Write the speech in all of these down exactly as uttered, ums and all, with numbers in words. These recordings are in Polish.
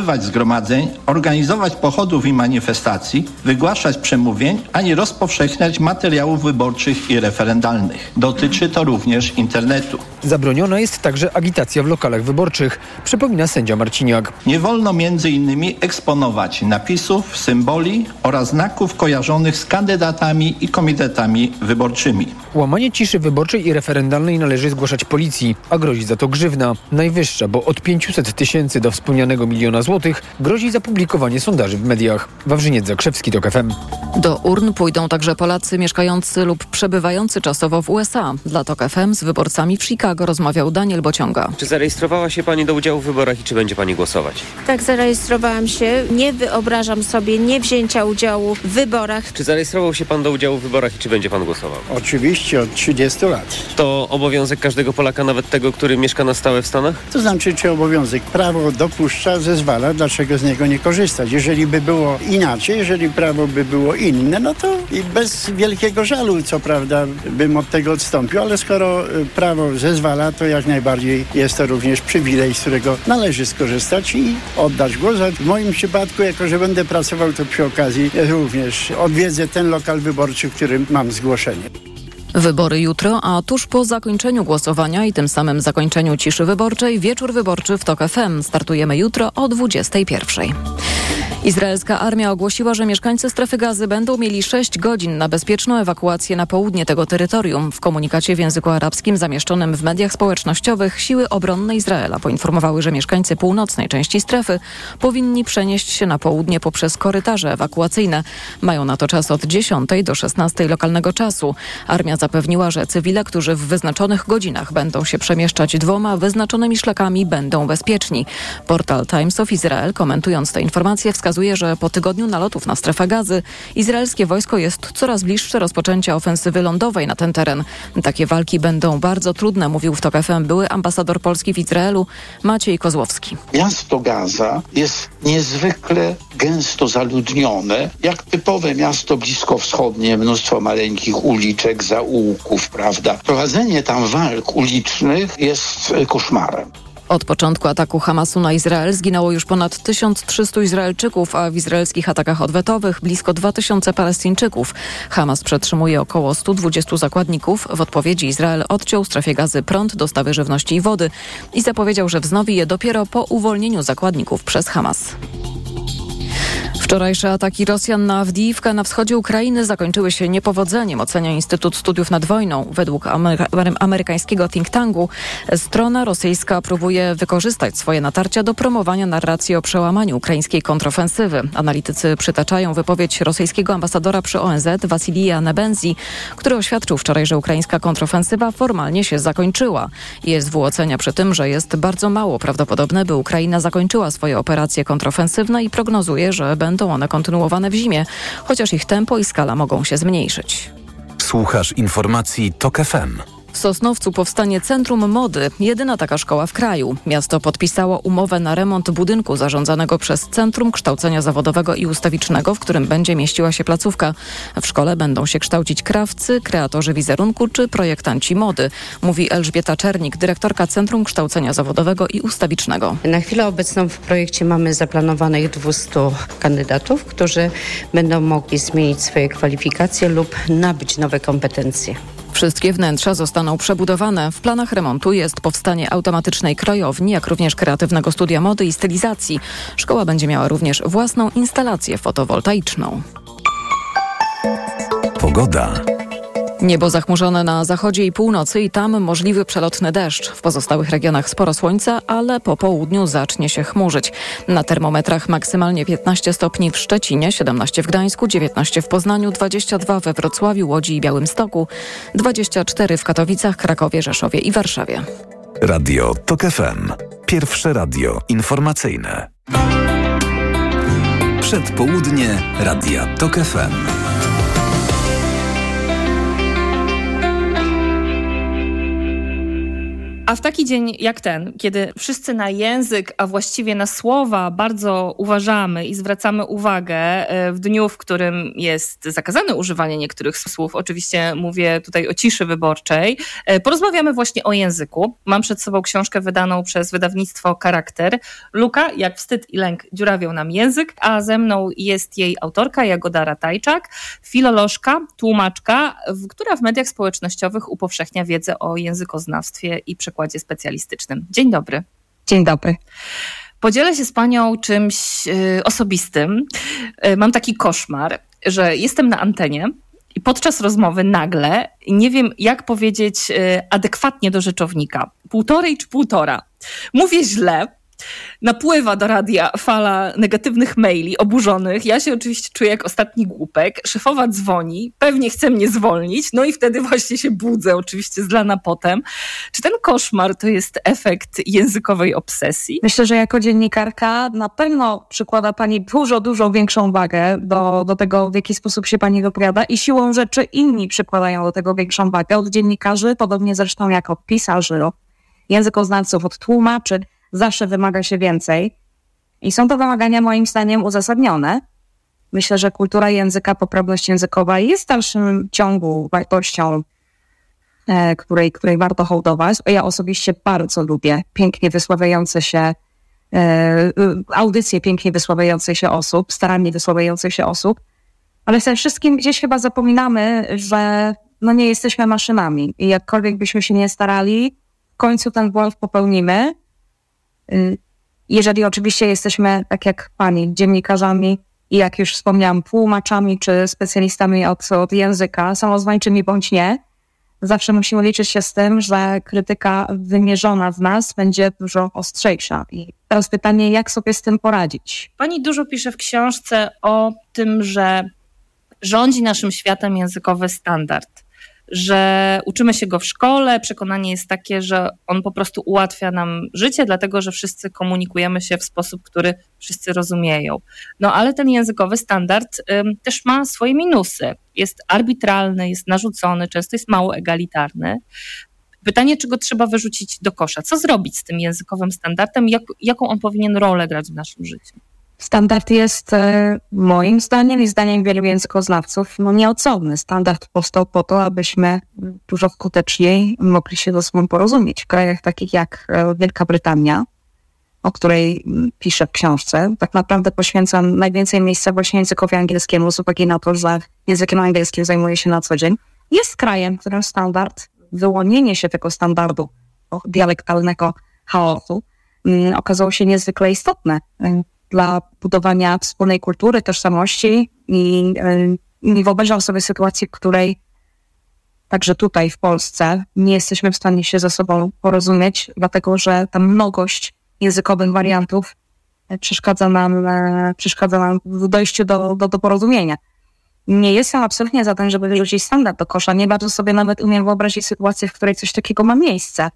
odbywać zgromadzeń, organizować pochodów i manifestacji, wygłaszać przemówień, ani rozpowszechniać materiałów wyborczych i referendalnych. Dotyczy to również internetu. Zabroniona jest także agitacja w lokalach wyborczych, przypomina sędzia Marciniak. Nie wolno między innymi eksponować napisów, symboli oraz znaków kojarzonych z kandydatami i komitetami wyborczymi. Łamanie ciszy wyborczej i referendalnej należy zgłaszać policji, a grozi za to grzywna. Najwyższa, bo od pięciuset tysięcy do wspomnianego miliona złotych grozi za publikowanie sondaży w mediach. Wawrzyniec Zakrzewski, TOK F M. Do urn pójdą także Polacy mieszkający lub przebywający czasowo w U S A. Dla TOK F M z wyborcami w Chicago rozmawiał Daniel Bociąga. Czy zarejestrowała się Pani do udziału w wyborach i czy będzie Pani głosować? Tak, zarejestrowałam się. Nie wyobrażam sobie nie wzięcia udziału w wyborach. Czy zarejestrował się Pan do udziału w wyborach i czy będzie Pan głosował? Oczywiście, od trzydziestu lat. To obowiązek każdego Polaka, nawet tego, który mieszka na stałe w Stanach? To znaczy, czy obowiązek? Prawo dopuszcza, zezwala, dlaczego z niego nie korzystać? Jeżeli by było inaczej, jeżeli prawo by było inne, no to i bez wielkiego żalu, co prawda, bym od tego odstąpił, ale skoro prawo zezwala, to jak najbardziej jest to również przywilej, z którego należy skorzystać i oddać głos. A w moim przypadku, jako że będę pracował, to przy okazji również odwiedzę ten lokal wyborczy, w którym mam zgłoszenie. Wybory jutro, a tuż po zakończeniu głosowania i tym samym zakończeniu ciszy wyborczej wieczór wyborczy w TOK F M. Startujemy jutro o dwudziestej pierwszej. Izraelska armia ogłosiła, że mieszkańcy strefy Gazy będą mieli sześć godzin na bezpieczną ewakuację na południe tego terytorium. W komunikacie w języku arabskim zamieszczonym w mediach społecznościowych siły obronne Izraela poinformowały, że mieszkańcy północnej części strefy powinni przenieść się na południe poprzez korytarze ewakuacyjne. Mają na to czas od dziesiątej do szesnastej lokalnego czasu. Armia zapewniła, że cywile, którzy w wyznaczonych godzinach będą się przemieszczać dwoma wyznaczonymi szlakami, będą bezpieczni. Portal Times of Israel, komentując te informacje, wskazuje, że po tygodniu nalotów na strefę Gazy izraelskie wojsko jest coraz bliższe rozpoczęcia ofensywy lądowej na ten teren. Takie walki będą bardzo trudne, mówił w TOK F M były ambasador Polski w Izraelu Maciej Kozłowski. Miasto Gaza jest niezwykle gęsto zaludnione, jak typowe miasto bliskowschodnie, mnóstwo maleńkich uliczek, zaułków, prawda. Prowadzenie tam walk ulicznych jest koszmarem. Od początku ataku Hamasu na Izrael zginęło już ponad tysiąc trzystu Izraelczyków, a w izraelskich atakach odwetowych blisko dwa tysiące Palestyńczyków. Hamas przetrzymuje około stu dwudziestu zakładników. W odpowiedzi Izrael odciął strefie Gazy prąd, dostawy żywności i wody i zapowiedział, że wznowi je dopiero po uwolnieniu zakładników przez Hamas. Wczorajsze ataki Rosjan na Awdijiwkę na wschodzie Ukrainy zakończyły się niepowodzeniem, ocenia Instytut Studiów nad Wojną. Według amery- amerykańskiego think tanku strona rosyjska próbuje wykorzystać swoje natarcia do promowania narracji o przełamaniu ukraińskiej kontrofensywy. Analitycy przytaczają wypowiedź rosyjskiego ambasadora przy O N Z Wasilija Nebenzi, który oświadczył wczoraj, że ukraińska kontrofensywa formalnie się zakończyła. I S W ocenia przy tym, że jest bardzo mało prawdopodobne, by Ukraina zakończyła swoje operacje kontrofensywne i prognozuje, że będą one kontynuowane w zimie, chociaż ich tempo i skala mogą się zmniejszyć. Słuchasz informacji TOK F M. W Sosnowcu powstanie Centrum Mody, jedyna taka szkoła w kraju. Miasto podpisało umowę na remont budynku zarządzanego przez Centrum Kształcenia Zawodowego i Ustawicznego, w którym będzie mieściła się placówka. W szkole będą się kształcić krawcy, kreatorzy wizerunku czy projektanci mody, mówi Elżbieta Czernik, dyrektorka Centrum Kształcenia Zawodowego i Ustawicznego. Na chwilę obecną w projekcie mamy zaplanowanych dwustu kandydatów, którzy będą mogli zmienić swoje kwalifikacje lub nabyć nowe kompetencje. Wszystkie wnętrza zostaną przebudowane. W planach remontu jest powstanie automatycznej krojowni, jak również kreatywnego studia mody i stylizacji. Szkoła będzie miała również własną instalację fotowoltaiczną. Pogoda. Niebo zachmurzone na zachodzie i północy i tam możliwy przelotny deszcz. W pozostałych regionach sporo słońca, ale po południu zacznie się chmurzyć. Na termometrach maksymalnie piętnaście stopni w Szczecinie, siedemnaście w Gdańsku, dziewiętnaście w Poznaniu, dwadzieścia dwa we Wrocławiu, Łodzi i Białymstoku, dwadzieścia cztery w Katowicach, Krakowie, Rzeszowie i Warszawie. Radio TOK F M. Pierwsze radio informacyjne. Przedpołudnie Radia TOK F M. A w taki dzień jak ten, kiedy wszyscy na język, a właściwie na słowa bardzo uważamy i zwracamy uwagę w dniu, w którym jest zakazane używanie niektórych słów, oczywiście mówię tutaj o ciszy wyborczej, porozmawiamy właśnie o języku. Mam przed sobą książkę wydaną przez wydawnictwo Charakter. Luka, jak wstyd i lęk dziurawią nam język, a ze mną jest jej autorka Jagoda Ratajczak, filolożka, tłumaczka, która w mediach społecznościowych upowszechnia wiedzę o językoznawstwie i przekładzie specjalistycznym. Dzień dobry. Dzień dobry. Podzielę się z panią czymś y, osobistym. Y, mam taki koszmar, że jestem na antenie i podczas rozmowy nagle nie wiem, jak powiedzieć y, adekwatnie do rzeczownika. Półtorej czy półtora. Mówię źle. Napływa do radia fala negatywnych maili, oburzonych. Ja się oczywiście czuję jak ostatni głupek. Szefowa dzwoni, pewnie chce mnie zwolnić, no i wtedy właśnie się budzę, oczywiście zlana potem. Czy ten koszmar to jest efekt językowej obsesji? Myślę, że jako dziennikarka na pewno przykłada pani dużo, dużo większą wagę do, do tego, w jaki sposób się pani wypowiada i siłą rzeczy inni przykładają do tego większą wagę. Od dziennikarzy, podobnie zresztą jak od pisarzy, od językoznawców, od tłumaczy, zawsze wymaga się więcej i są to wymagania moim zdaniem uzasadnione. Myślę, że kultura języka, poprawność językowa jest w dalszym ciągu wartością, e, której, której warto hołdować. Ja osobiście bardzo lubię pięknie wysławiające się e, audycje pięknie wysławiających się osób, starannie wysławiających się osób, ale z tym wszystkim gdzieś chyba zapominamy, że no nie jesteśmy maszynami i jakkolwiek byśmy się nie starali, w końcu ten błąd popełnimy. Jeżeli oczywiście jesteśmy, tak jak pani, dziennikarzami i jak już wspomniałam, tłumaczami czy specjalistami od, od języka, samozwańczymi bądź nie, zawsze musimy liczyć się z tym, że krytyka wymierzona w nas będzie dużo ostrzejsza. I teraz pytanie, jak sobie z tym poradzić? Pani dużo pisze w książce o tym, że rządzi naszym światem językowy standard, że uczymy się go w szkole, przekonanie jest takie, że on po prostu ułatwia nam życie, dlatego że wszyscy komunikujemy się w sposób, który wszyscy rozumieją. No ale ten językowy standard ym, też ma swoje minusy. Jest arbitralny, jest narzucony, często jest mało egalitarny. Pytanie, czy go trzeba wyrzucić do kosza? Co zrobić z tym językowym standardem? Jak, jaką on powinien rolę grać w naszym życiu? Standard jest e, moim zdaniem i zdaniem wielu językoznawców no nieodzowny. Standard powstał po to, abyśmy dużo skuteczniej mogli się ze sobą porozumieć. W krajach takich jak e, Wielka Brytania, o której piszę w książce, tak naprawdę poświęcam najwięcej miejsca właśnie językowi angielskiemu z uwagi na to, że językiem angielskim zajmuję się na co dzień. Jest krajem, w którym standard, wyłonienie się tego standardu dialektalnego chaosu um, okazało się niezwykle istotne um, dla budowania wspólnej kultury, tożsamości i nie wyobrażam sobie sytuacji, w której także tutaj w Polsce nie jesteśmy w stanie się ze sobą porozumieć, dlatego że ta mnogość językowych wariantów przeszkadza nam, przeszkadza nam w dojściu do, do, do porozumienia. Nie jestem absolutnie za tym, żeby wyrzucić standard do kosza. Nie bardzo sobie nawet umiem wyobrazić sytuację, w której coś takiego ma miejsce.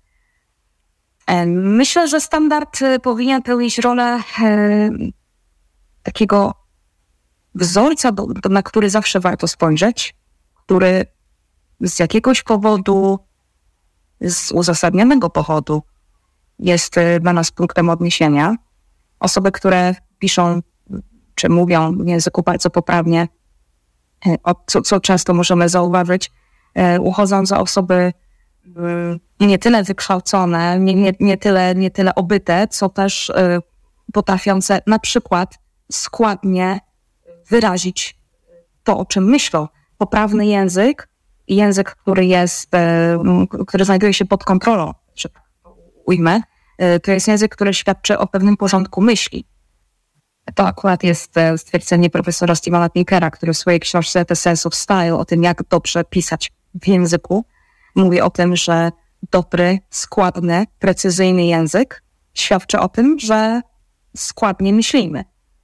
Myślę, że standard powinien pełnić rolę e, takiego wzorca, do, do, na który zawsze warto spojrzeć, który z jakiegoś powodu, z uzasadnionego powodu jest dla nas punktem odniesienia. Osoby, które piszą czy mówią w języku bardzo poprawnie, e, co, co często możemy zauważyć, e, uchodzą za osoby nie tyle wykształcone, nie, nie, nie, tyle, nie tyle obyte, co też y, potrafiące na przykład składnie wyrazić to, o czym myślą. Poprawny język, język, który jest, y, który znajduje się pod kontrolą, czy ujmę, y, to jest język, który świadczy o pewnym porządku myśli. To akurat jest stwierdzenie profesora Stevena Pinkera, który w swojej książce The Sense of Style o tym, jak dobrze pisać w języku, mówi o tym, że dobry, składny, precyzyjny język świadczy o tym, że składnie myślimy.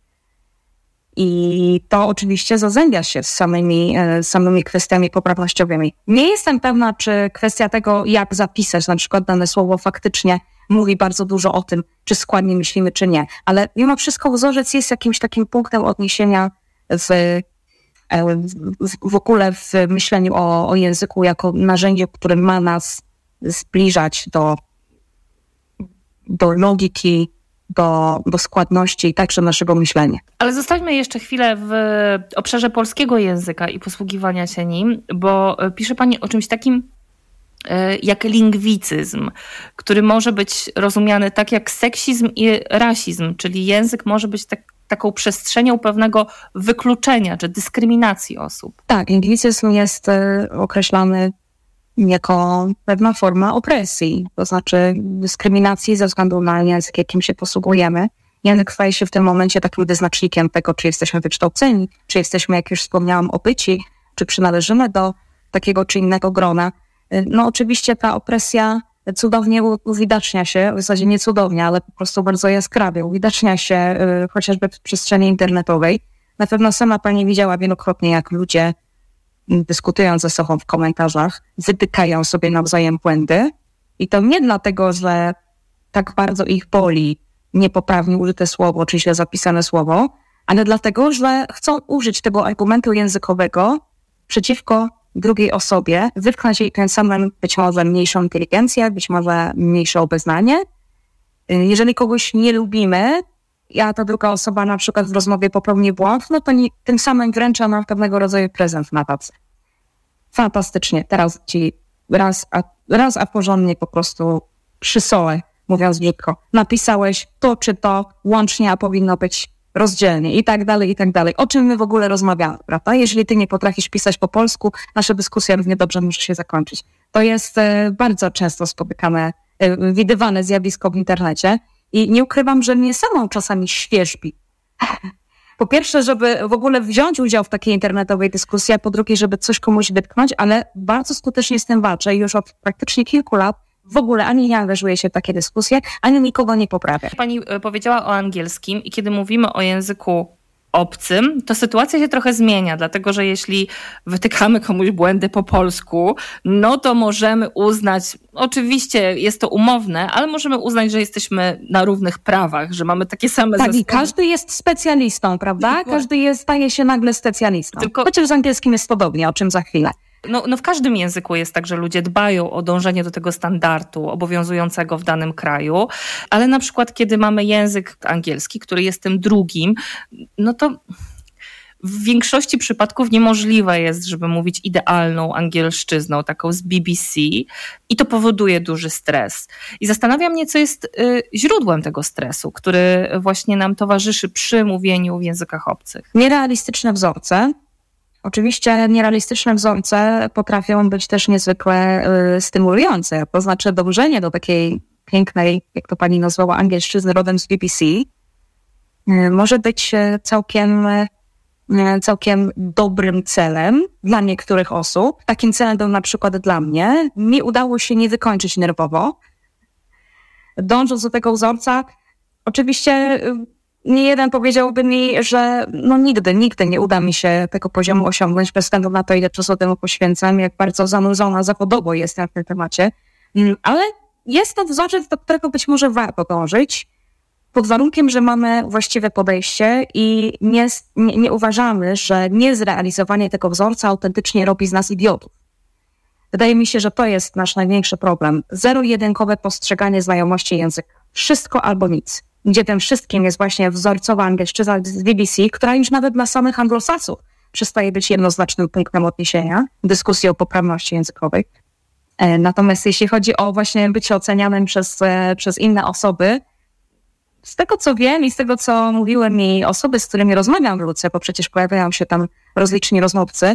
I to oczywiście zazębia się z samymi, samymi kwestiami poprawnościowymi. Nie jestem pewna, czy kwestia tego, jak zapisać na przykład dane słowo faktycznie mówi bardzo dużo o tym, czy składnie myślimy, czy nie. Ale mimo wszystko wzorzec jest jakimś takim punktem odniesienia w w ogóle w myśleniu o, o języku jako narzędziu, które ma nas zbliżać do do logiki, do, do składności i także naszego myślenia. Ale zostańmy jeszcze chwilę w obszarze polskiego języka i posługiwania się nim, bo pisze pani o czymś takim jak lingwicyzm, który może być rozumiany tak jak seksizm i rasizm, czyli język może być tak, taką przestrzenią pewnego wykluczenia czy dyskryminacji osób. Tak, lingwicyzm jest określany jako pewna forma opresji, to znaczy dyskryminacji ze względu na język, jakim się posługujemy. Język staje się w tym momencie takim wyznacznikiem tego, czy jesteśmy wykształceni, czy jesteśmy, jak już wspomniałam, obyci, czy przynależymy do takiego czy innego grona. No oczywiście ta opresja cudownie uwidacznia się, w zasadzie nie cudownie, ale po prostu bardzo jaskrawie uwidacznia się y, chociażby w przestrzeni internetowej. Na pewno sama pani widziała wielokrotnie, jak ludzie dyskutując ze sobą w komentarzach, wytykają sobie nawzajem błędy i to nie dlatego, że tak bardzo ich boli niepoprawnie użyte słowo, czy źle zapisane słowo, ale dlatego, że chcą użyć tego argumentu językowego przeciwko drugiej osobie, wypchnąć jej tym samym być może mniejszą inteligencję, być może mniejsze obeznanie. Jeżeli kogoś nie lubimy, a ta druga osoba na przykład w rozmowie popełni błąd, no to nie, tym samym wręcza nam pewnego rodzaju prezent na tacy. Fantastycznie. Teraz ci raz a, raz a porządnie po prostu przysolę, mówiąc brzydko. Napisałeś to czy to, łącznie, a powinno być rozdzielnie i tak dalej, i tak dalej. O czym my w ogóle rozmawiamy, prawda? Jeżeli ty nie potrafisz pisać po polsku, nasza dyskusja równie dobrze może się zakończyć. To jest e, bardzo często spotykane, e, widywane zjawisko w internecie i nie ukrywam, że mnie samą czasami świerzbi. Po pierwsze, żeby w ogóle wziąć udział w takiej internetowej dyskusji, a po drugie, żeby coś komuś wytknąć, ale bardzo skutecznie z tym walczę i już od praktycznie kilku lat w ogóle ani nie angażuję się w takie dyskusje, ani nikogo nie poprawia. Pani powiedziała o angielskim i kiedy mówimy o języku obcym, to sytuacja się trochę zmienia, dlatego że jeśli wytykamy komuś błędy po polsku, no to możemy uznać, oczywiście jest to umowne, ale możemy uznać, że jesteśmy na równych prawach, że mamy takie same tak, zasoby. I każdy jest specjalistą, prawda? Dokładnie. Każdy jest, staje się nagle specjalistą. Tylko... Chociaż z angielskim jest podobnie, o czym za chwilę. No, no w każdym języku jest tak, że ludzie dbają o dążenie do tego standardu obowiązującego w danym kraju, ale na przykład kiedy mamy język angielski, który jest tym drugim, no to w większości przypadków niemożliwe jest, żeby mówić idealną angielszczyzną, taką z B B C i to powoduje duży stres. I zastanawiam mnie, co jest y, źródłem tego stresu, który właśnie nam towarzyszy przy mówieniu w językach obcych. Nierealistyczne wzorce. Oczywiście nierealistyczne wzorce potrafią być też niezwykle y, stymulujące. To znaczy dążenie do takiej pięknej, jak to pani nazwała, angielszczyzny rodem z B B C y, może być całkiem, y, całkiem dobrym celem dla niektórych osób. Takim celem był na przykład dla mnie. Mi udało się nie wykończyć nerwowo. Dążąc do tego wzorca, oczywiście... Y, Nie jeden powiedziałby mi, że no nigdy, nigdy nie uda mi się tego poziomu osiągnąć bez względu na to, ile czasu temu poświęcam, jak bardzo zanurzona zawodowo jestem w tym temacie. Ale jest to wzorzec, do którego być może warto dążyć, pod warunkiem, że mamy właściwe podejście i nie, nie, nie uważamy, że niezrealizowanie tego wzorca autentycznie robi z nas idiotów. Wydaje mi się, że to jest nasz największy problem. Zero-jedynkowe postrzeganie znajomości języka. Wszystko albo nic. Gdzie tym wszystkim jest właśnie wzorcowa angielszczyzna z B B C, która już nawet dla samych anglosasów przestaje być jednoznacznym punktem odniesienia dyskusji o poprawności językowej. Natomiast jeśli chodzi o właśnie bycie ocenianym przez, przez inne osoby, z tego co wiem i z tego co mówiły mi osoby, z którymi rozmawiam w Luce, bo przecież pojawiają się tam rozliczni rozmówcy,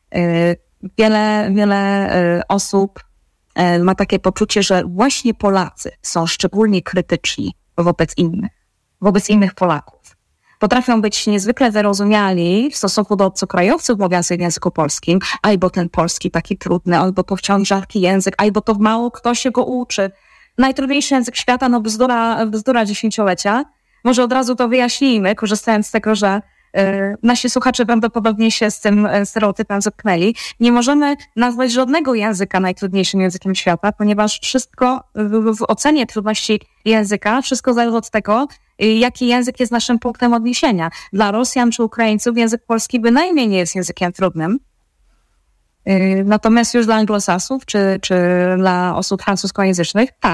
wiele, wiele osób ma takie poczucie, że właśnie Polacy są szczególnie krytyczni wobec innych, wobec innych Polaków. Potrafią być niezwykle wyrozumiali w stosunku do obcokrajowców mówiących w języku polskim, albo ten polski taki trudny, albo to wciąż rzadki język, albo to mało kto się go uczy. Najtrudniejszy język świata, no bzdura, bzdura dziesięciolecia. Może od razu to wyjaśnijmy, korzystając z tego, że y, nasi słuchacze prawdopodobnie się z tym stereotypem zetknęli. Nie możemy nazwać żadnego języka najtrudniejszym językiem świata, ponieważ wszystko w, w ocenie trudności języka, wszystko zależy od tego, y, jaki język jest naszym punktem odniesienia. Dla Rosjan czy Ukraińców język polski bynajmniej nie jest językiem trudnym. Natomiast już dla anglosasów czy, czy dla osób francuskojęzycznych, tak,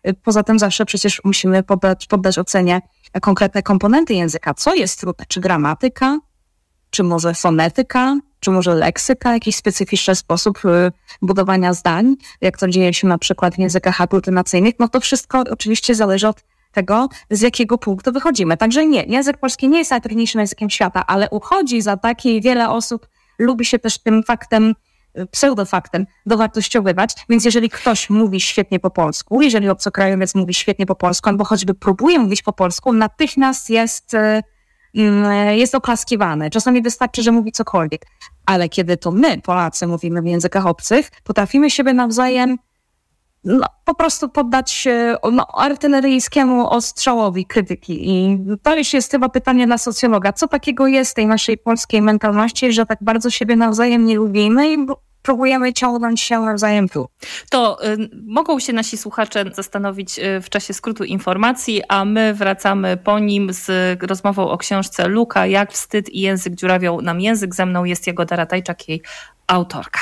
Poza tym zawsze przecież musimy poddać, poddać ocenie konkretne komponenty języka. Co jest trudne? Czy gramatyka? Czy może fonetyka? Czy może leksyka? Jakiś specyficzny sposób budowania zdań? Jak to dzieje się na przykład w językach aglutynacyjnych? No to wszystko oczywiście zależy od tego, z jakiego punktu wychodzimy. Także nie, język polski nie jest najtrudniejszym językiem świata, ale uchodzi za taki, wiele osób lubi się też tym faktem, pseudofaktem dowartościowywać, więc jeżeli ktoś mówi świetnie po polsku, jeżeli obcokrajowiec mówi świetnie po polsku, albo choćby próbuje mówić po polsku, natychmiast jest, jest oklaskiwany. Czasami wystarczy, że mówi cokolwiek. Ale kiedy to my, Polacy, mówimy w językach obcych, potrafimy siebie nawzajem no, po prostu poddać się no, artyleryjskiemu ostrzałowi krytyki. I to już jest chyba pytanie dla socjologa. Co takiego jest w tej naszej polskiej mentalności, że tak bardzo siebie nawzajem nie lubimy i próbujemy ciągnąć się nawzajem tu? To y, mogą się nasi słuchacze zastanowić y, w czasie skrótu informacji, a my wracamy po nim z rozmową o książce Luka, Jak wstyd i język dziurawią nam język. Ze mną jest Jagoda Ratajczak, jej autorka.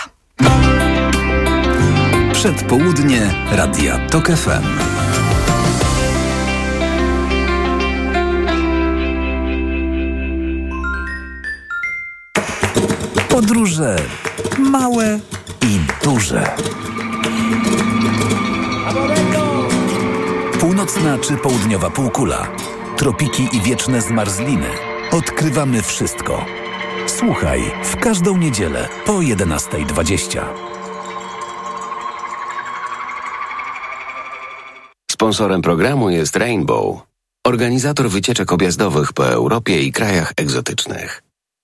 Przedpołudnie Radia Tok F M. Podróże małe i duże. Północna czy południowa półkula, tropiki i wieczne zmarzliny. Odkrywamy wszystko. Słuchaj w każdą niedzielę po jedenasta dwadzieścia. Sponsorem programu jest Rainbow, organizator wycieczek objazdowych po Europie i krajach egzotycznych.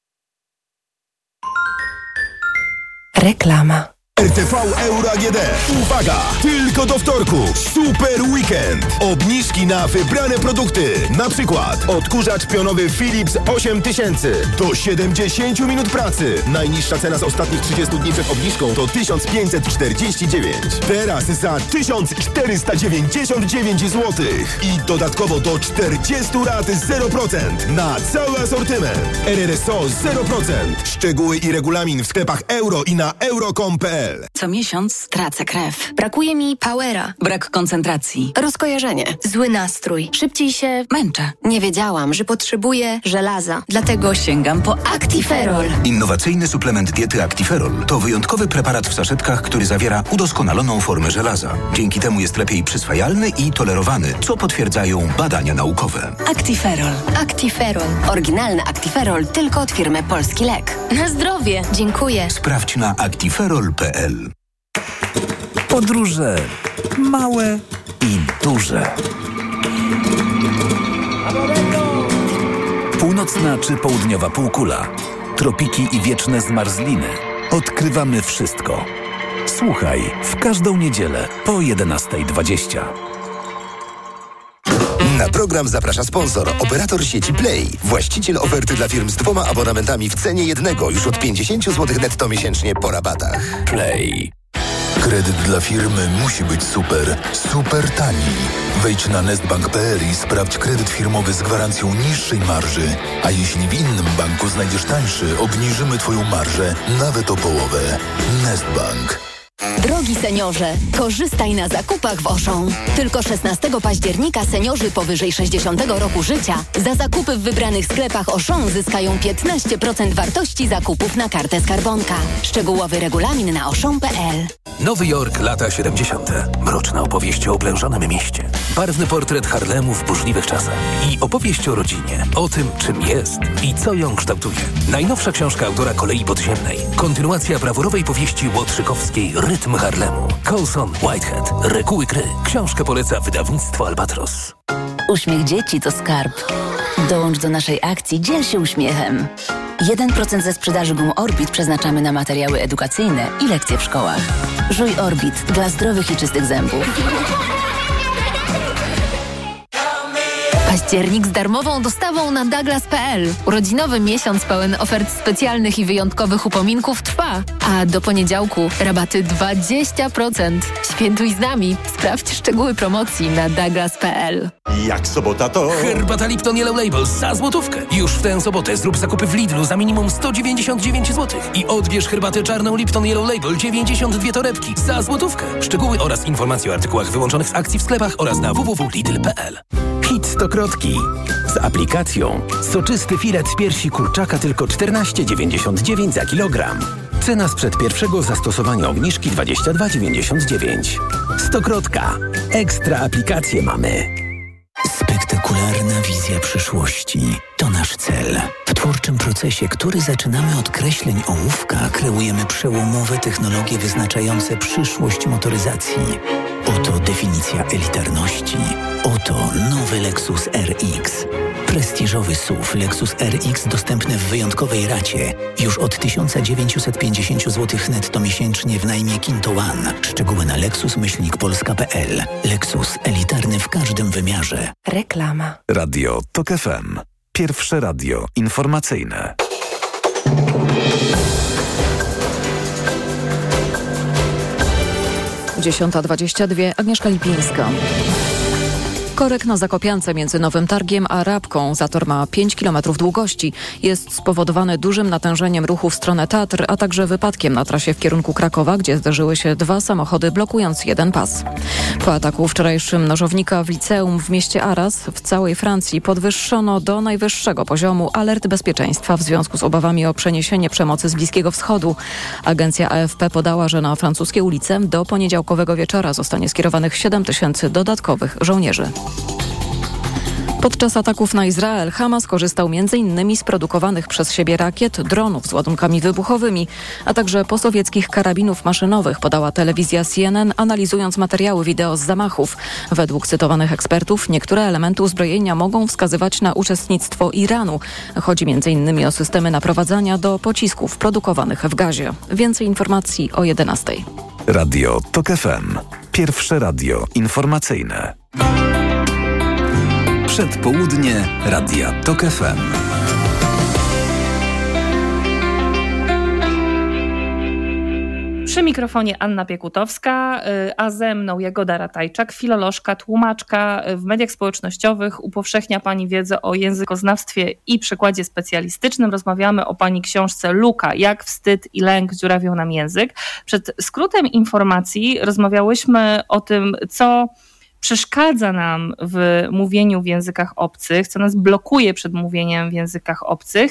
Reklama. R T V Euro A G D. Uwaga! Tylko do wtorku. Super weekend. Obniżki na wybrane produkty. Na przykład odkurzacz pionowy Philips osiem tysięcy. Do siedemdziesiąt minut pracy. Najniższa cena z ostatnich trzydziestu dni przed obniżką to tysiąc pięćset czterdzieści dziewięć. Teraz za tysiąc czterysta dziewięćdziesiąt dziewięć złotych. I dodatkowo do czterdziestu rat zero procent na cały asortyment. R R S O zero procent. Szczegóły i regulamin w sklepach euro i na euro kropka com kropka p l. Co miesiąc tracę krew. Brakuje mi powera. Brak koncentracji. Rozkojarzenie. Zły nastrój. Szybciej się męczę. Nie wiedziałam, że potrzebuję żelaza. Dlatego sięgam po Actiferol. Innowacyjny suplement diety Actiferol to wyjątkowy preparat w saszetkach, który zawiera udoskonaloną formę żelaza. Dzięki temu jest lepiej przyswajalny i tolerowany, co potwierdzają badania naukowe. Actiferol. Actiferol. Oryginalny Actiferol tylko od firmy Polski Lek. Na zdrowie. Dziękuję. Sprawdź na actiferol kropka p l. Podróże małe i duże. Północna czy południowa półkula, tropiki i wieczne zmarzliny. Odkrywamy wszystko. Słuchaj w każdą niedzielę po jedenasta dwadzieścia. Na program zaprasza sponsor, operator sieci Play. Właściciel oferty dla firm z dwoma abonamentami w cenie jednego już od pięćdziesiąt złotych netto miesięcznie po rabatach. Play. Kredyt dla firmy musi być super, super tani. Wejdź na nestbank kropka p l i sprawdź kredyt firmowy z gwarancją niższej marży. A jeśli w innym banku znajdziesz tańszy, obniżymy Twoją marżę nawet o połowę. Nestbank. Drogi seniorze, korzystaj na zakupach w Auchan. Tylko szesnastego października seniorzy powyżej sześćdziesiątego roku życia za zakupy w wybranych sklepach Auchan zyskają piętnaście procent wartości zakupów na kartę skarbonka. Szczegółowy regulamin na auchan kropka p l. Nowy Jork, lata siedemdziesiąte. Mroczna opowieść o oblężonym mieście. Barwny portret Harlemu w burzliwych czasach. I opowieść o rodzinie. O tym, czym jest i co ją kształtuje. Najnowsza książka autora Kolei Podziemnej. Kontynuacja brawurowej powieści łotrzykowskiej Rytm Harlemu. Coulson, Whitehead, Reguły gry. Książkę poleca wydawnictwo Albatros. Uśmiech dzieci to skarb. Dołącz do naszej akcji Dziel się uśmiechem. jeden procent ze sprzedaży gum Orbit przeznaczamy na materiały edukacyjne i lekcje w szkołach. Żuj Orbit dla zdrowych i czystych zębów. Październik z darmową dostawą na douglas kropka p l. Urodzinowy miesiąc pełen ofert specjalnych i wyjątkowych upominków trwa. A do poniedziałku rabaty dwadzieścia procent. Świętuj z nami. Sprawdź szczegóły promocji na douglas kropka p l. Jak sobota to... Herbata Lipton Yellow Label za złotówkę. Już w tę sobotę zrób zakupy w Lidlu za minimum sto dziewięćdziesiąt dziewięć złotych i odbierz herbatę czarną Lipton Yellow Label dziewięćdziesiąt dwie torebki za złotówkę. Szczegóły oraz informacje o artykułach wyłączonych z akcji w sklepach oraz na w w w kropka lidl kropka p l. Hit Stokrotki. Z aplikacją soczysty filet z piersi kurczaka tylko czternaście dziewięćdziesiąt dziewięć za kilogram. Cena sprzed pierwszego zastosowania obniżki dwadzieścia dwa dziewięćdziesiąt dziewięć. Stokrotka. Ekstra aplikacje mamy. Spektakularna wizja przyszłości to nasz cel. W twórczym procesie, który zaczynamy od kreśleń ołówka, kreujemy przełomowe technologie wyznaczające przyszłość motoryzacji. Oto definicja elitarności. Oto nowy Lexus R X. Prestiżowy S U V Lexus R X dostępny w wyjątkowej racie już od tysiąc dziewięćset pięćdziesiąt złotych netto miesięcznie w najmie Kinto One. Szczegóły na lexus myślnik polska kropka p l. Lexus elitarny w każdym wymiarze. Reklama. Radio Tok F M. Pierwsze radio informacyjne. dziesiąta dwadzieścia dwa. Agnieszka Lipińska. Korek na Zakopiance między Nowym Targiem a Rabką. Zator ma pięć kilometrów długości. Jest spowodowany dużym natężeniem ruchu w stronę Tatr, a także wypadkiem na trasie w kierunku Krakowa, gdzie zderzyły się dwa samochody, blokując jeden pas. Po ataku wczorajszym nożownika w liceum w mieście Arras w całej Francji podwyższono do najwyższego poziomu alert bezpieczeństwa w związku z obawami o przeniesienie przemocy z Bliskiego Wschodu. Agencja A F P podała, że na francuskie ulice do poniedziałkowego wieczora zostanie skierowanych siedem tysięcy dodatkowych żołnierzy. Podczas ataków na Izrael Hamas korzystał między innymi z produkowanych przez siebie rakiet, dronów z ładunkami wybuchowymi, a także posowieckich karabinów maszynowych, podała telewizja C N N, analizując materiały wideo z zamachów. Według cytowanych ekspertów niektóre elementy uzbrojenia mogą wskazywać na uczestnictwo Iranu. Chodzi między innymi o systemy naprowadzania do pocisków produkowanych w gazie. Więcej informacji o jedenastej. Radio Tok F M. Pierwsze radio informacyjne. Przedpołudnie Radia Tok F M. Przy mikrofonie Anna Piekutowska, a ze mną Jagoda Ratajczak, filolożka, tłumaczka. W mediach społecznościowych upowszechnia pani wiedzę o językoznawstwie i przekładzie specjalistycznym. Rozmawiamy o pani książce Luka, jak wstyd i lęk dziurawią nam język. Przed skrótem informacji rozmawiałyśmy o tym, co przeszkadza nam w mówieniu w językach obcych, co nas blokuje przed mówieniem w językach obcych.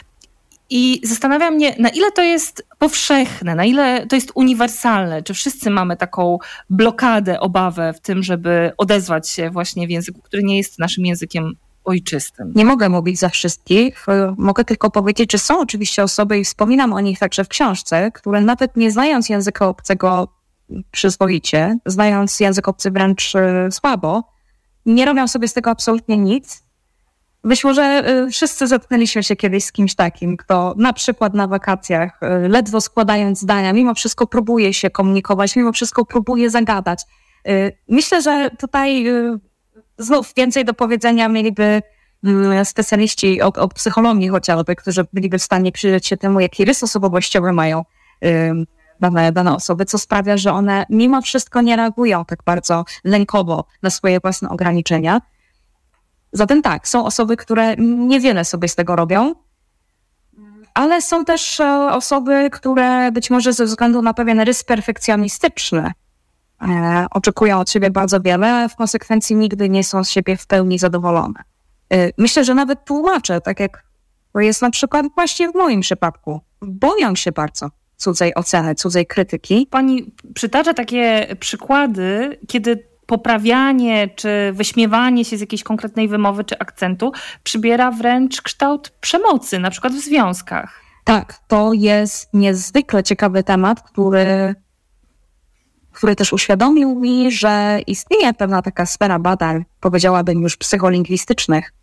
I zastanawia mnie, na ile to jest powszechne, na ile to jest uniwersalne, czy wszyscy mamy taką blokadę, obawę w tym, żeby odezwać się właśnie w języku, który nie jest naszym językiem ojczystym. Nie mogę mówić za wszystkich, mogę tylko powiedzieć, że są oczywiście osoby i wspominam o nich także w książce, które nawet nie znając języka obcego przyzwoicie, znając język obcy wręcz słabo, nie robią sobie z tego absolutnie nic. Być może wszyscy zetknęliśmy się kiedyś z kimś takim, kto na przykład na wakacjach, ledwo składając zdania, mimo wszystko próbuje się komunikować, mimo wszystko próbuje zagadać. Myślę, że tutaj znów więcej do powiedzenia mieliby specjaliści od, od psychologii chociażby, którzy byliby w stanie przyjrzeć się temu, jaki rys osobowościowy mają dane, dane osoby, co sprawia, że one mimo wszystko nie reagują tak bardzo lękowo na swoje własne ograniczenia. Zatem tak, są osoby, które niewiele sobie z tego robią, ale są też osoby, które być może ze względu na pewien rys perfekcjonistyczny e, oczekują od siebie bardzo wiele, a w konsekwencji nigdy nie są z siebie w pełni zadowolone. E, myślę, że nawet tłumacze, tak jak to jest na przykład właśnie w moim przypadku, boją się bardzo cudzej oceny, cudzej krytyki. Pani przytacza takie przykłady, kiedy poprawianie czy wyśmiewanie się z jakiejś konkretnej wymowy czy akcentu przybiera wręcz kształt przemocy, na przykład w związkach. Tak, to jest niezwykle ciekawy temat, który, który też uświadomił mi, że istnieje pewna taka sfera badań, powiedziałabym już psycholingwistycznych,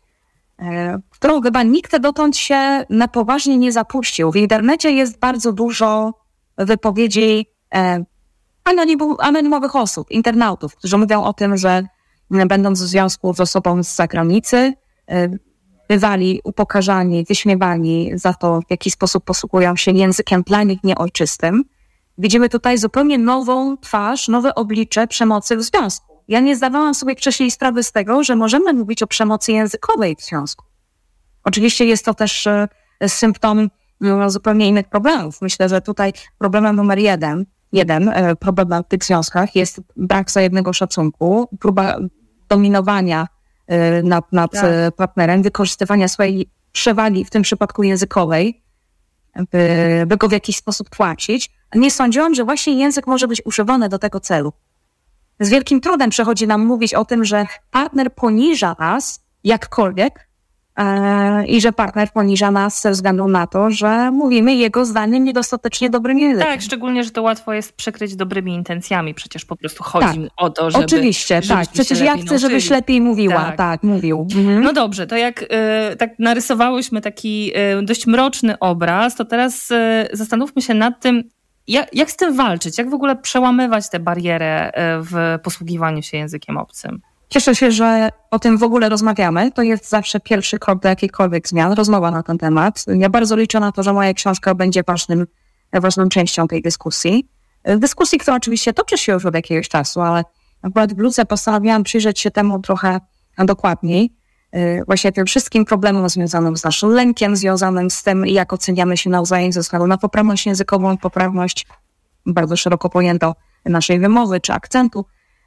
którą chyba nikt dotąd się na poważnie nie zapuścił. W internecie jest bardzo dużo wypowiedzi anonimowych osób, internautów, którzy mówią o tym, że będąc w związku z osobą z zagranicy, bywali upokarzani, wyśmiewani za to, w jaki sposób posługują się językiem dla nich nieojczystym. Widzimy tutaj zupełnie nową twarz, nowe oblicze przemocy w związku. Ja nie zdawałam sobie wcześniej sprawy z tego, że możemy mówić o przemocy językowej w związku. Oczywiście jest to też symptom no, zupełnie innych problemów. Myślę, że tutaj problemem numer jeden, jeden problem w tych związkach jest brak wzajemnego szacunku, próba dominowania nad, nad tak. partnerem, wykorzystywania swojej przewagi, w tym przypadku językowej, by, by go w jakiś sposób tłacić. Nie sądziłam, że właśnie język może być używany do tego celu. Z wielkim trudem przychodzi nam mówić o tym, że partner poniża nas jakkolwiek e, i że partner poniża nas ze względu na to, że mówimy jego zdaniem niedostatecznie dobrym językiem. Tak, szczególnie, że to łatwo jest przykryć dobrymi intencjami. Przecież po prostu chodzi tak. mi o to, żeby... Oczywiście, tak. Przecież ja chcę, żebyś lepiej mówiła. Tak, tak mówił. Mhm. No dobrze, to jak y, tak narysowałyśmy taki y, dość mroczny obraz, to teraz y, zastanówmy się nad tym, Jak, jak z tym walczyć? Jak w ogóle przełamywać tę barierę w posługiwaniu się językiem obcym? Cieszę się, że o tym w ogóle rozmawiamy. To jest zawsze pierwszy krok do jakichkolwiek zmian, rozmowa na ten temat. Ja bardzo liczę na to, że moja książka będzie ważnym, ważną częścią tej dyskusji. Dyskusji, która oczywiście toczy się już od jakiegoś czasu, ale akurat w Luce postanowiłam przyjrzeć się temu trochę dokładniej. Właśnie tym wszystkim problemom związanym z naszym lękiem, związanym z tym, jak oceniamy się nawzajem ze względu na poprawność językową, poprawność bardzo szeroko pojętą naszej wymowy czy akcentu.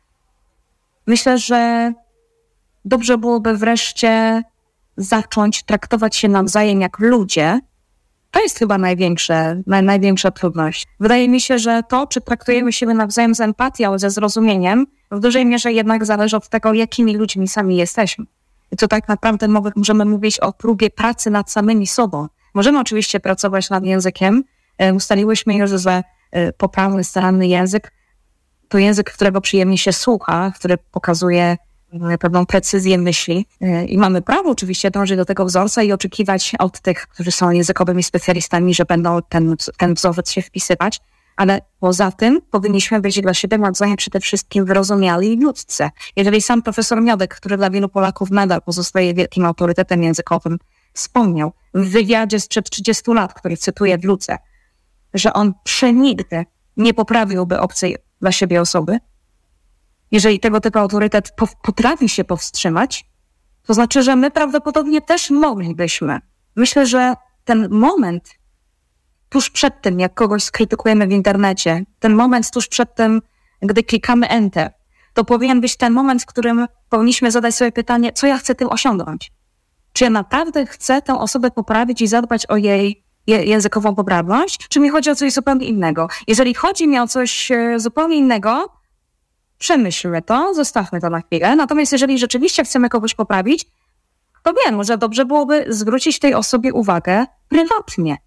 Myślę, że dobrze byłoby wreszcie zacząć traktować się nawzajem jak ludzie. To jest chyba największe, naj, największa trudność. Wydaje mi się, że to, czy traktujemy siebie nawzajem z empatią, ze zrozumieniem, w dużej mierze jednak zależy od tego, jakimi ludźmi sami jesteśmy. I to tak naprawdę możemy mówić o próbie pracy nad samymi sobą. Możemy oczywiście pracować nad językiem. Ustaliłyśmy już, że poprawny, staranny język to język, którego przyjemnie się słucha, który pokazuje pewną precyzję myśli. I mamy prawo oczywiście dążyć do tego wzorca i oczekiwać od tych, którzy są językowymi specjalistami, że będą ten, ten wzorzec się wpisywać. Ale poza tym powinniśmy być dla siebie nawzajem przede wszystkim wyrozumiali i ludzcy. Jeżeli sam profesor Miodek, który dla wielu Polaków nadal pozostaje wielkim autorytetem językowym, wspomniał w wywiadzie sprzed trzydziestu lat, który cytuję w Luce, że on przenigdy nie poprawiłby obcej dla siebie osoby. Jeżeli tego typu autorytet potrafi się powstrzymać, to znaczy, że my prawdopodobnie też moglibyśmy. Myślę, że ten moment tuż przed tym, jak kogoś skrytykujemy w internecie, ten moment tuż przed tym, gdy klikamy Enter, to powinien być ten moment, w którym powinniśmy zadać sobie pytanie, co ja chcę tym osiągnąć? Czy ja naprawdę chcę tę osobę poprawić i zadbać o jej je, językową poprawność? Czy mi chodzi o coś zupełnie innego? Jeżeli chodzi mi o coś e, zupełnie innego, przemyślmy to, zostawmy to na chwilę. Natomiast jeżeli rzeczywiście chcemy kogoś poprawić, to wiem, że dobrze byłoby zwrócić tej osobie uwagę prywatnie.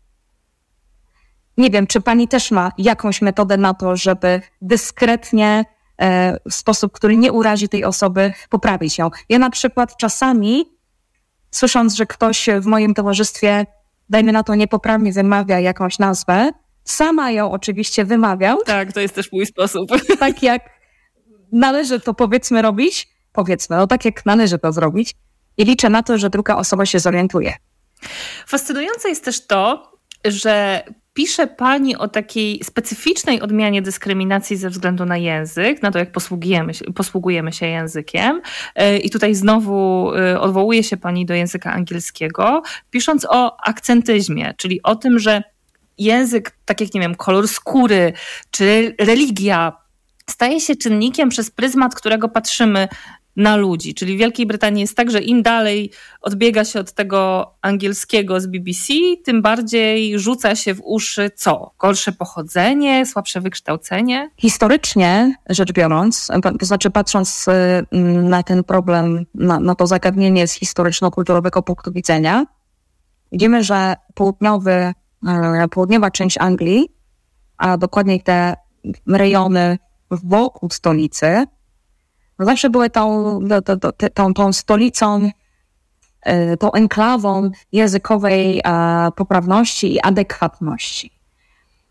Nie wiem, czy pani też ma jakąś metodę na to, żeby dyskretnie, e, w sposób, który nie urazi tej osoby, poprawić ją. Ja na przykład czasami, słysząc, że ktoś w moim towarzystwie, dajmy na to, niepoprawnie wymawia jakąś nazwę, sama ją oczywiście wymawiam. Tak, to jest też mój sposób. Tak jak należy to powiedzmy robić, powiedzmy, no tak jak należy to zrobić i liczę na to, że druga osoba się zorientuje. Fascynujące jest też to, że pisze pani o takiej specyficznej odmianie dyskryminacji ze względu na język, na to, jak posługujemy się, posługujemy się językiem. I tutaj znowu odwołuje się pani do języka angielskiego, pisząc o akcentyzmie, czyli o tym, że język, tak jak, nie wiem, kolor skóry czy religia, staje się czynnikiem, przez pryzmat którego patrzymy na ludzi. Czyli w Wielkiej Brytanii jest tak, że im dalej odbiega się od tego angielskiego z B B C, tym bardziej rzuca się w uszy co? Gorsze pochodzenie, słabsze wykształcenie? Historycznie rzecz biorąc, to znaczy patrząc na ten problem, na, na to zagadnienie z historyczno-kulturowego punktu widzenia, widzimy, że południowy, południowa część Anglii, a dokładniej te rejony wokół stolicy, zawsze były tą, tą, tą, tą stolicą, tą enklawą językowej poprawności i adekwatności.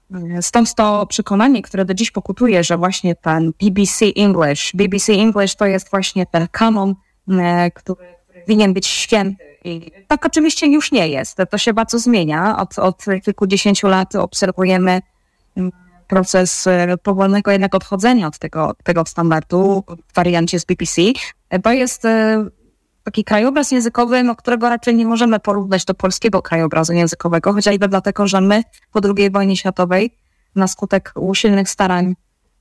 Stąd to przekonanie, które do dziś pokutuje, że właśnie ten B B C English, B B C English to jest właśnie ten kanon, który winien być święty. I tak oczywiście już nie jest. To się bardzo zmienia. Od, od kilkudziesięciu lat obserwujemy proces powolnego jednak odchodzenia od tego, tego standardu w wariancie z B B C. To jest taki krajobraz językowy, no, którego raczej nie możemy porównać do polskiego krajobrazu językowego, chociażby dlatego, że my po drugiej wojnie światowej na skutek usilnych starań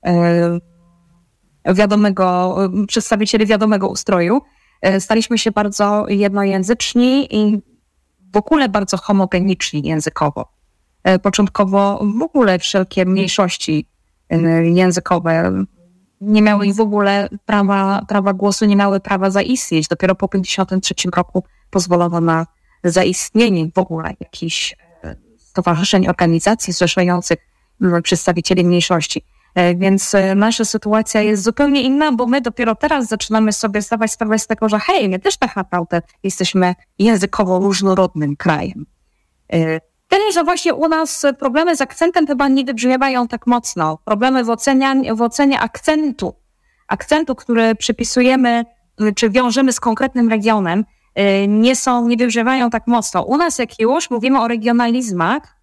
e, wiadomego, przedstawicieli wiadomego ustroju e, staliśmy się bardzo jednojęzyczni i w ogóle bardzo homogeniczni językowo. E, początkowo w ogóle wszelkie mniejszości e, językowe nie miały w ogóle prawa, prawa głosu, nie miały prawa zaistnieć. Dopiero po pięćdziesiątym trzecim roku pozwolono na zaistnienie w ogóle jakichś stowarzyszeń, organizacji zrzeszających przedstawicieli mniejszości. Więc nasza sytuacja jest zupełnie inna, bo my dopiero teraz zaczynamy sobie zdawać sprawę z tego, że hej, my też tak naprawdę jesteśmy językowo różnorodnym krajem. Tyle, że właśnie u nas problemy z akcentem chyba nie wybrzmiewają tak mocno. Problemy w ocenie, w ocenie akcentu, akcentu, który przypisujemy, czy wiążemy z konkretnym regionem, nie są, nie wybrzmiewają tak mocno. U nas jak już mówimy o regionalizmach,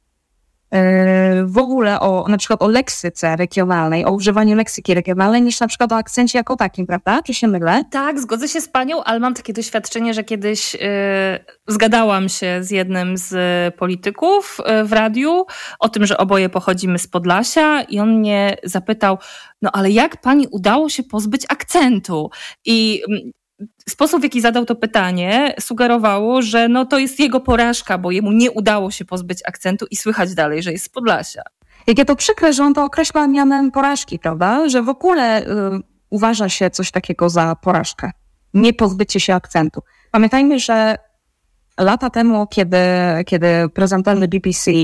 w ogóle o, na przykład o leksyce regionalnej, o używaniu leksyki regionalnej, niż na przykład o akcencie jako takim, prawda? Czy się mylę? Tak, zgodzę się z panią, ale mam takie doświadczenie, że kiedyś yy, zgadałam się z jednym z polityków yy, w radiu o tym, że oboje pochodzimy z Podlasia i on mnie zapytał, no ale jak pani udało się pozbyć akcentu? I yy, sposób, w jaki zadał to pytanie, sugerowało, że no to jest jego porażka, bo jemu nie udało się pozbyć akcentu i słychać dalej, że jest z Podlasia. Jakie to przykre, że on to określa mianem porażki, prawda? Że w ogóle y, uważa się coś takiego za porażkę. Nie pozbycie się akcentu. Pamiętajmy, że lata temu, kiedy, kiedy prezentanty B B C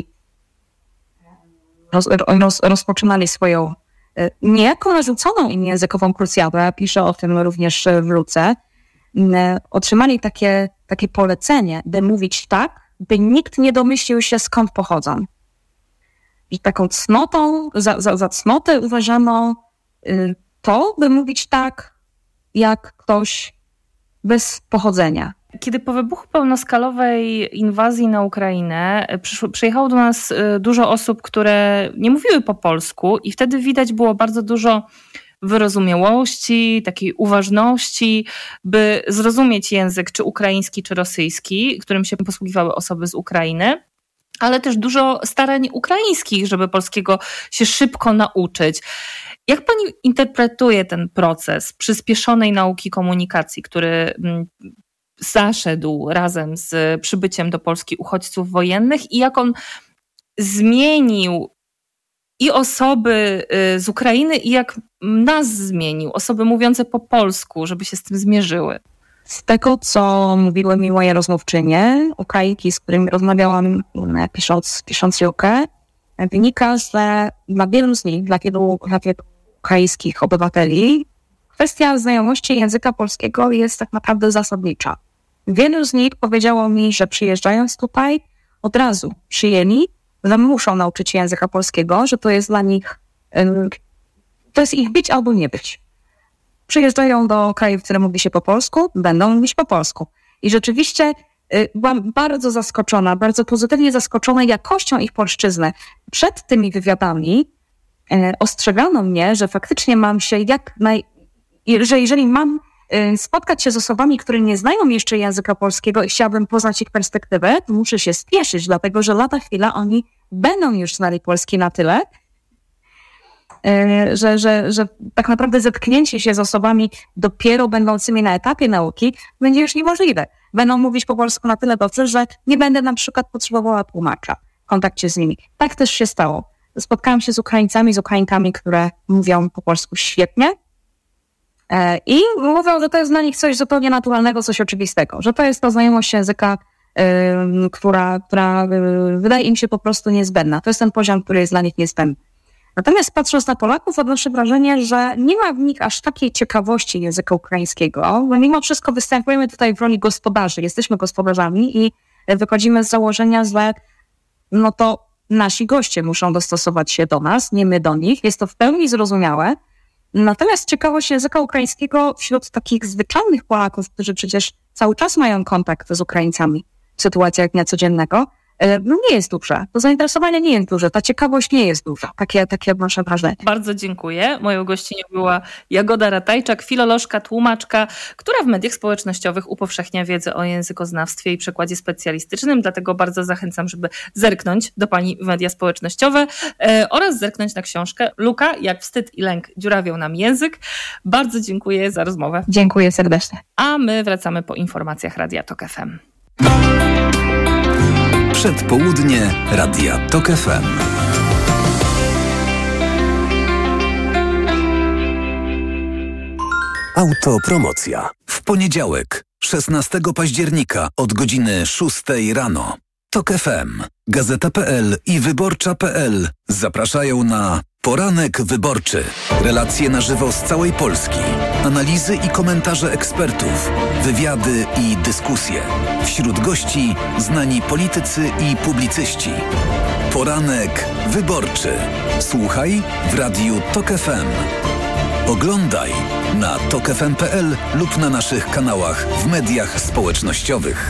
roz, roz, rozpoczynali swoją y, niejako narzuconą im językową krucjatę, piszę o tym również w Luce, otrzymali takie, takie polecenie, by mówić tak, by nikt nie domyślił się, skąd pochodzą. I taką cnotą, za, za, za cnotę uważano y, to, by mówić tak, jak ktoś bez pochodzenia. Kiedy po wybuchu pełnoskalowej inwazji na Ukrainę przyszło, przyjechało do nas dużo osób, które nie mówiły po polsku i wtedy widać było bardzo dużo wyrozumiałości, takiej uważności, by zrozumieć język czy ukraiński, czy rosyjski, którym się posługiwały osoby z Ukrainy, ale też dużo starań ukraińskich, żeby polskiego się szybko nauczyć. Jak pani interpretuje ten proces przyspieszonej nauki komunikacji, który zaszedł razem z przybyciem do Polski uchodźców wojennych i jak on zmienił i osoby z Ukrainy, i jak nas zmienił, osoby mówiące po polsku, żeby się z tym zmierzyły? Z tego, co mówiły mi moje rozmówczynie, Ukrainki, z którymi rozmawiałam pisząc, pisząc Jukę, wynika, że dla wielu z nich, dla wielu, dla wielu ukraińskich obywateli, kwestia znajomości języka polskiego jest tak naprawdę zasadnicza. Wielu z nich powiedziało mi, że przyjeżdżając tutaj, od razu przyjęli, że muszą nauczyć się języka polskiego, że to jest dla nich, to jest ich być albo nie być. Przyjeżdżają do krajów, które mówi się po polsku, będą mówić po polsku. I rzeczywiście byłam bardzo zaskoczona, bardzo pozytywnie zaskoczona jakością ich polszczyzny. Przed tymi wywiadami ostrzegano mnie, że faktycznie mam się jak naj... że jeżeli mam spotkać się z osobami, które nie znają jeszcze języka polskiego i chciałabym poznać ich perspektywę, to muszę się spieszyć, dlatego że lada chwila oni będą już znali polski na tyle, że, że, że tak naprawdę zetknięcie się z osobami dopiero będącymi na etapie nauki będzie już niemożliwe. Będą mówić po polsku na tyle dobrze, że nie będę na przykład potrzebowała tłumacza w kontakcie z nimi. Tak też się stało. Spotkałam się z Ukraińcami, z Ukrainkami, które mówią po polsku świetnie i mówią, że to jest dla nich coś zupełnie naturalnego, coś oczywistego, że to jest ta znajomość języka, yy, która, która yy, wydaje im się po prostu niezbędna. To jest ten poziom, który jest dla nich niezbędny. Natomiast patrząc na Polaków, odnoszę wrażenie, że nie ma w nich aż takiej ciekawości języka ukraińskiego, bo mimo wszystko występujemy tutaj w roli gospodarzy, jesteśmy gospodarzami i wychodzimy z założenia, że no to nasi goście muszą dostosować się do nas, nie my do nich. Jest to w pełni zrozumiałe. Natomiast ciekawość języka ukraińskiego wśród takich zwyczajnych Polaków, którzy przecież cały czas mają kontakt z Ukraińcami w sytuacjach dnia codziennego, no nie jest duże. To zainteresowanie nie jest duże. Ta ciekawość nie jest duża. Takie, takie nasze wrażenie. Bardzo dziękuję. Moją gościnią była Jagoda Ratajczak, filolożka, tłumaczka, która w mediach społecznościowych upowszechnia wiedzę o językoznawstwie i przekładzie specjalistycznym. Dlatego bardzo zachęcam, żeby zerknąć do pani w media społecznościowe e, oraz zerknąć na książkę Luka, jak wstyd i lęk dziurawią nam język. Bardzo dziękuję za rozmowę. Dziękuję serdecznie. A my wracamy po informacjach Radia Tok F M. Przedpołudnie Radia Tok F M. Autopromocja. W poniedziałek, szesnastego października od godziny szóstej rano. Tok F M, Gazeta kropka pe el i Wyborcza kropka pe el zapraszają na Poranek Wyborczy. Relacje na żywo z całej Polski. Analizy i komentarze ekspertów. Wywiady i dyskusje. Wśród gości znani politycy i publicyści. Poranek Wyborczy. Słuchaj w radiu Tok F M. Oglądaj na tok f m kropka pe el lub na naszych kanałach w mediach społecznościowych.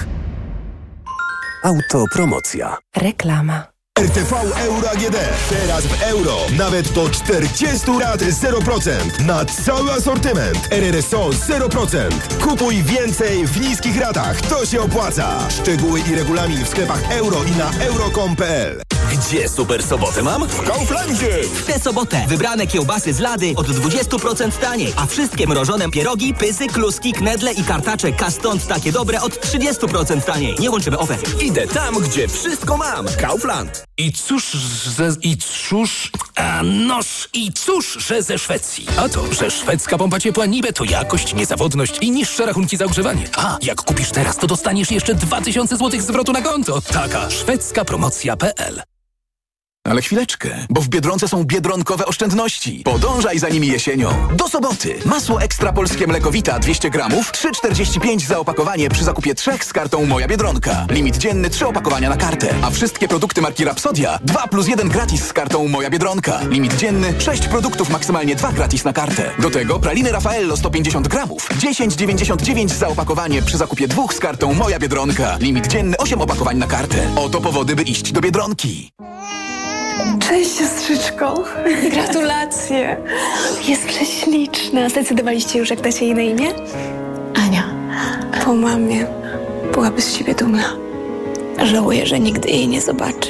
Autopromocja. Reklama. R T V Euro A G D. Teraz w euro. Nawet do czterdzieści rat zero procent. Na cały asortyment. R R S O zero procent. Kupuj więcej w niskich ratach. To się opłaca. Szczegóły i regulamin w sklepach euro i na euro kropka com kropka pe el. Gdzie super sobotę mam? W Kauflandzie! W tę sobotę wybrane kiełbasy z Lady od dwadzieścia procent taniej, a wszystkie mrożone pierogi, pysy, kluski, knedle i kartacze Kastąd takie dobre od trzydzieści procent taniej. Nie łączymy ofert. Idę tam, gdzie wszystko mam. Kaufland. I cóż, że... I cóż... A noż, i cóż, że ze Szwecji. A to, że szwedzka pompa ciepła Nibe to jakość, niezawodność i niższe rachunki za ogrzewanie. A, jak kupisz teraz, to dostaniesz jeszcze dwa tysiące złotych zwrotu na konto. Taka szwedzka promocja kropka pe el. Ale chwileczkę, bo w Biedronce są biedronkowe oszczędności. Podążaj za nimi jesienią. Do soboty. Masło ekstra polskie mlekowita dwieście gramów, trzy czterdzieści pięć za opakowanie przy zakupie trzech z kartą Moja Biedronka. Limit dzienny trzy opakowania na kartę. A wszystkie produkty marki Rapsodia dwa plus jeden gratis z kartą Moja Biedronka. Limit dzienny sześć produktów, maksymalnie dwa gratis na kartę. Do tego praliny Raffaello sto pięćdziesiąt gramów, dziesięć dziewięćdziesiąt dziewięć za opakowanie przy zakupie dwóch z kartą Moja Biedronka. Limit dzienny osiem opakowań na kartę. Oto powody, by iść do Biedronki. Cześć, siostrzyczko. Gratulacje. Jest prześliczna. Zdecydowaliście już, jak dacie jej na imię? Ania. Po mamie. Byłaby z ciebie dumna. Żałuję, że nigdy jej nie zobaczy.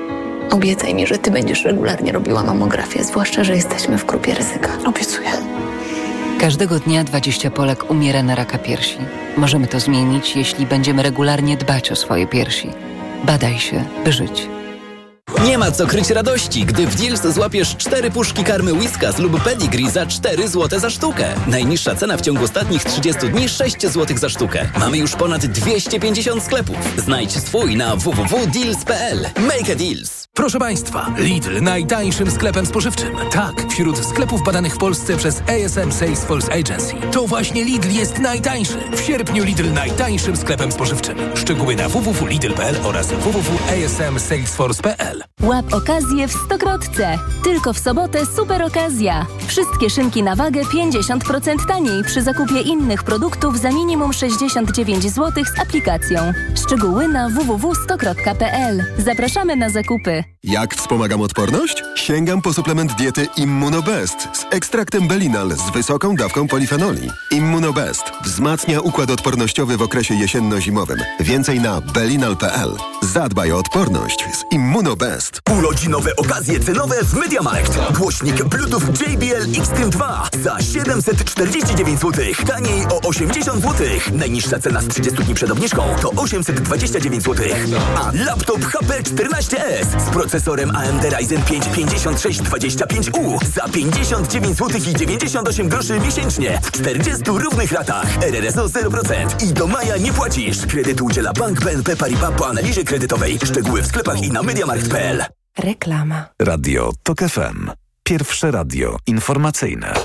Obiecaj mi, że ty będziesz regularnie robiła mamografię, zwłaszcza, że jesteśmy w grupie ryzyka. Obiecuję. Każdego dnia dwadzieścia Polek umiera na raka piersi. Możemy to zmienić, jeśli będziemy regularnie dbać o swoje piersi. Badaj się, by żyć. Nie ma co kryć radości, gdy w Deals złapiesz cztery puszki karmy Whiskas lub Pedigree za cztery złote za sztukę. Najniższa cena w ciągu ostatnich trzydziestu dni sześć złotych za sztukę. Mamy już ponad dwieście pięćdziesiąt sklepów. Znajdź swój na w w w kropka deals kropka pe el. Make a deals. Proszę Państwa, Lidl najtańszym sklepem spożywczym. Tak, wśród sklepów badanych w Polsce przez A S M Salesforce Agency. To właśnie Lidl jest najtańszy. W sierpniu Lidl najtańszym sklepem spożywczym. Szczegóły na w w w kropka lidl kropka pe el oraz w w w kropka a s m salesforce kropka pe el. Łap okazję w Stokrotce. Tylko w sobotę super okazja. Wszystkie szynki na wagę pięćdziesiąt procent taniej przy zakupie innych produktów za minimum sześćdziesiąt dziewięć złotych z aplikacją. Szczegóły na w w w kropka stokrot kropka pe el. Zapraszamy na zakupy. Jak wspomagam odporność? Sięgam po suplement diety Immunobest z ekstraktem Belinal z wysoką dawką polifenoli. Immunobest wzmacnia układ odpornościowy w okresie jesienno-zimowym. Więcej na belinal kropka pe el. Zadbaj o odporność z Immunobest. Urodzinowe okazje cenowe w MediaMarkt. Głośnik Bluetooth J B L Xtreme dwa za siedemset czterdzieści dziewięć złotych. Taniej o osiemdziesiąt złotych. Najniższa cena z trzydziestu dni przed obniżką to osiemset dwadzieścia dziewięć złotych. A laptop H P czternaście S z procesorem A M D Ryzen pięć pięćdziesiąt sześć dwadzieścia pięć U za pięćdziesiąt dziewięć złotych i dziewięćdziesiąt osiem groszy miesięcznie w czterdziestu równych ratach. R R S O zero procent i do maja nie płacisz. Kredytu udziela Bank B N P Paribas po analizie kredytowej. Szczegóły w sklepach i na mediamarkt kropka pe el. Reklama. Radio Tok F M. Pierwsze radio informacyjne.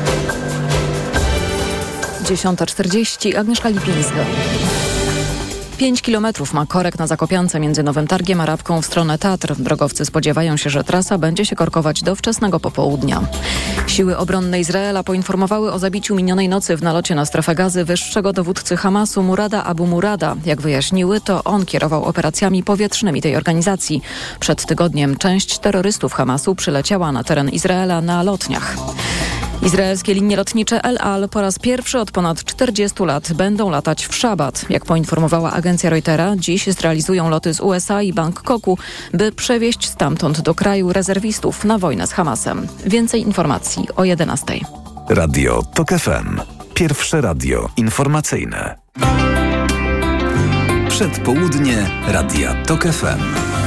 dziesiąta czterdzieści. Agnieszka Lipińska. pięć kilometrów ma korek na Zakopiance między Nowym Targiem a Rabką w stronę Tatr. Drogowcy spodziewają się, że trasa będzie się korkować do wczesnego popołudnia. Siły obronne Izraela poinformowały o zabiciu minionej nocy w nalocie na strefę Gazy wyższego dowódcy Hamasu Murada Abu Murada. Jak wyjaśniły, to on kierował operacjami powietrznymi tej organizacji. Przed tygodniem część terrorystów Hamasu przyleciała na teren Izraela na lotniach. Izraelskie linie lotnicze El Al po raz pierwszy od ponad czterdziestu lat będą latać w szabat. Jak poinformowała agencja Reutera, dziś zrealizują loty z U S A i Bangkoku, by przewieźć stamtąd do kraju rezerwistów na wojnę z Hamasem. Więcej informacji o jedenastej. Radio TOK F M. Pierwsze radio informacyjne. Przedpołudnie Radia TOK F M.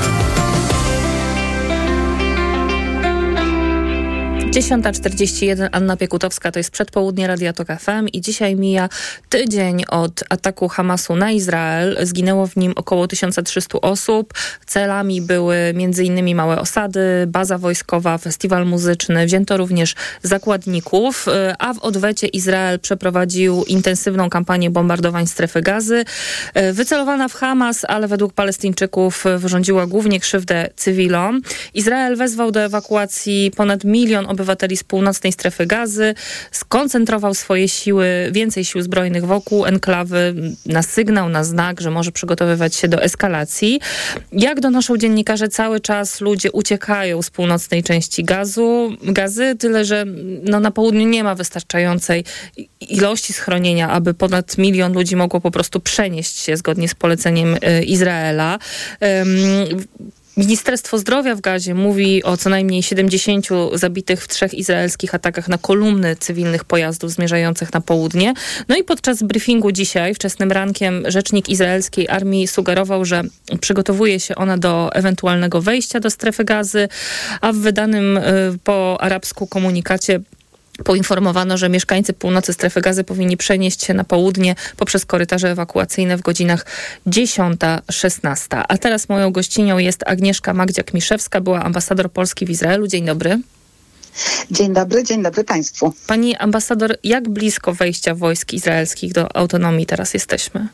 dziesiąta czterdzieści jeden, Anna Piekutowska, to jest przedpołudnie Radia Tok F M i dzisiaj mija tydzień od ataku Hamasu na Izrael. Zginęło w nim około tysiąc trzysta osób. Celami były między innymi małe osady, baza wojskowa, festiwal muzyczny. Wzięto również zakładników, a w odwecie Izrael przeprowadził intensywną kampanię bombardowań strefy Gazy. Wycelowana w Hamas, ale według Palestyńczyków wyrządziła głównie krzywdę cywilom. Izrael wezwał do ewakuacji ponad milion obywateli obywateli z północnej strefy Gazy, skoncentrował swoje siły, więcej sił zbrojnych wokół enklawy na sygnał, na znak, że może przygotowywać się do eskalacji. Jak donoszą dziennikarze, cały czas ludzie uciekają z północnej części gazu, gazy, tyle że no, na południu nie ma wystarczającej ilości schronienia, aby ponad milion ludzi mogło po prostu przenieść się zgodnie z poleceniem y, Izraela. Um, Ministerstwo Zdrowia w Gazie mówi o co najmniej siedemdziesięciu zabitych w trzech izraelskich atakach na kolumny cywilnych pojazdów zmierzających na południe. No i podczas briefingu dzisiaj, wczesnym rankiem, rzecznik izraelskiej armii sugerował, że przygotowuje się ona do ewentualnego wejścia do strefy Gazy, a w wydanym y, po arabsku komunikacie poinformowano, że mieszkańcy północy strefy Gazy powinni przenieść się na południe poprzez korytarze ewakuacyjne w godzinach dziesiąta szesnasta. A teraz moją gościnią jest Agnieszka Magdziak-Miszewska, była ambasador Polski w Izraelu. Dzień dobry. Dzień dobry, dzień dobry Państwu. Pani ambasador, jak blisko wejścia wojsk izraelskich do autonomii teraz jesteśmy?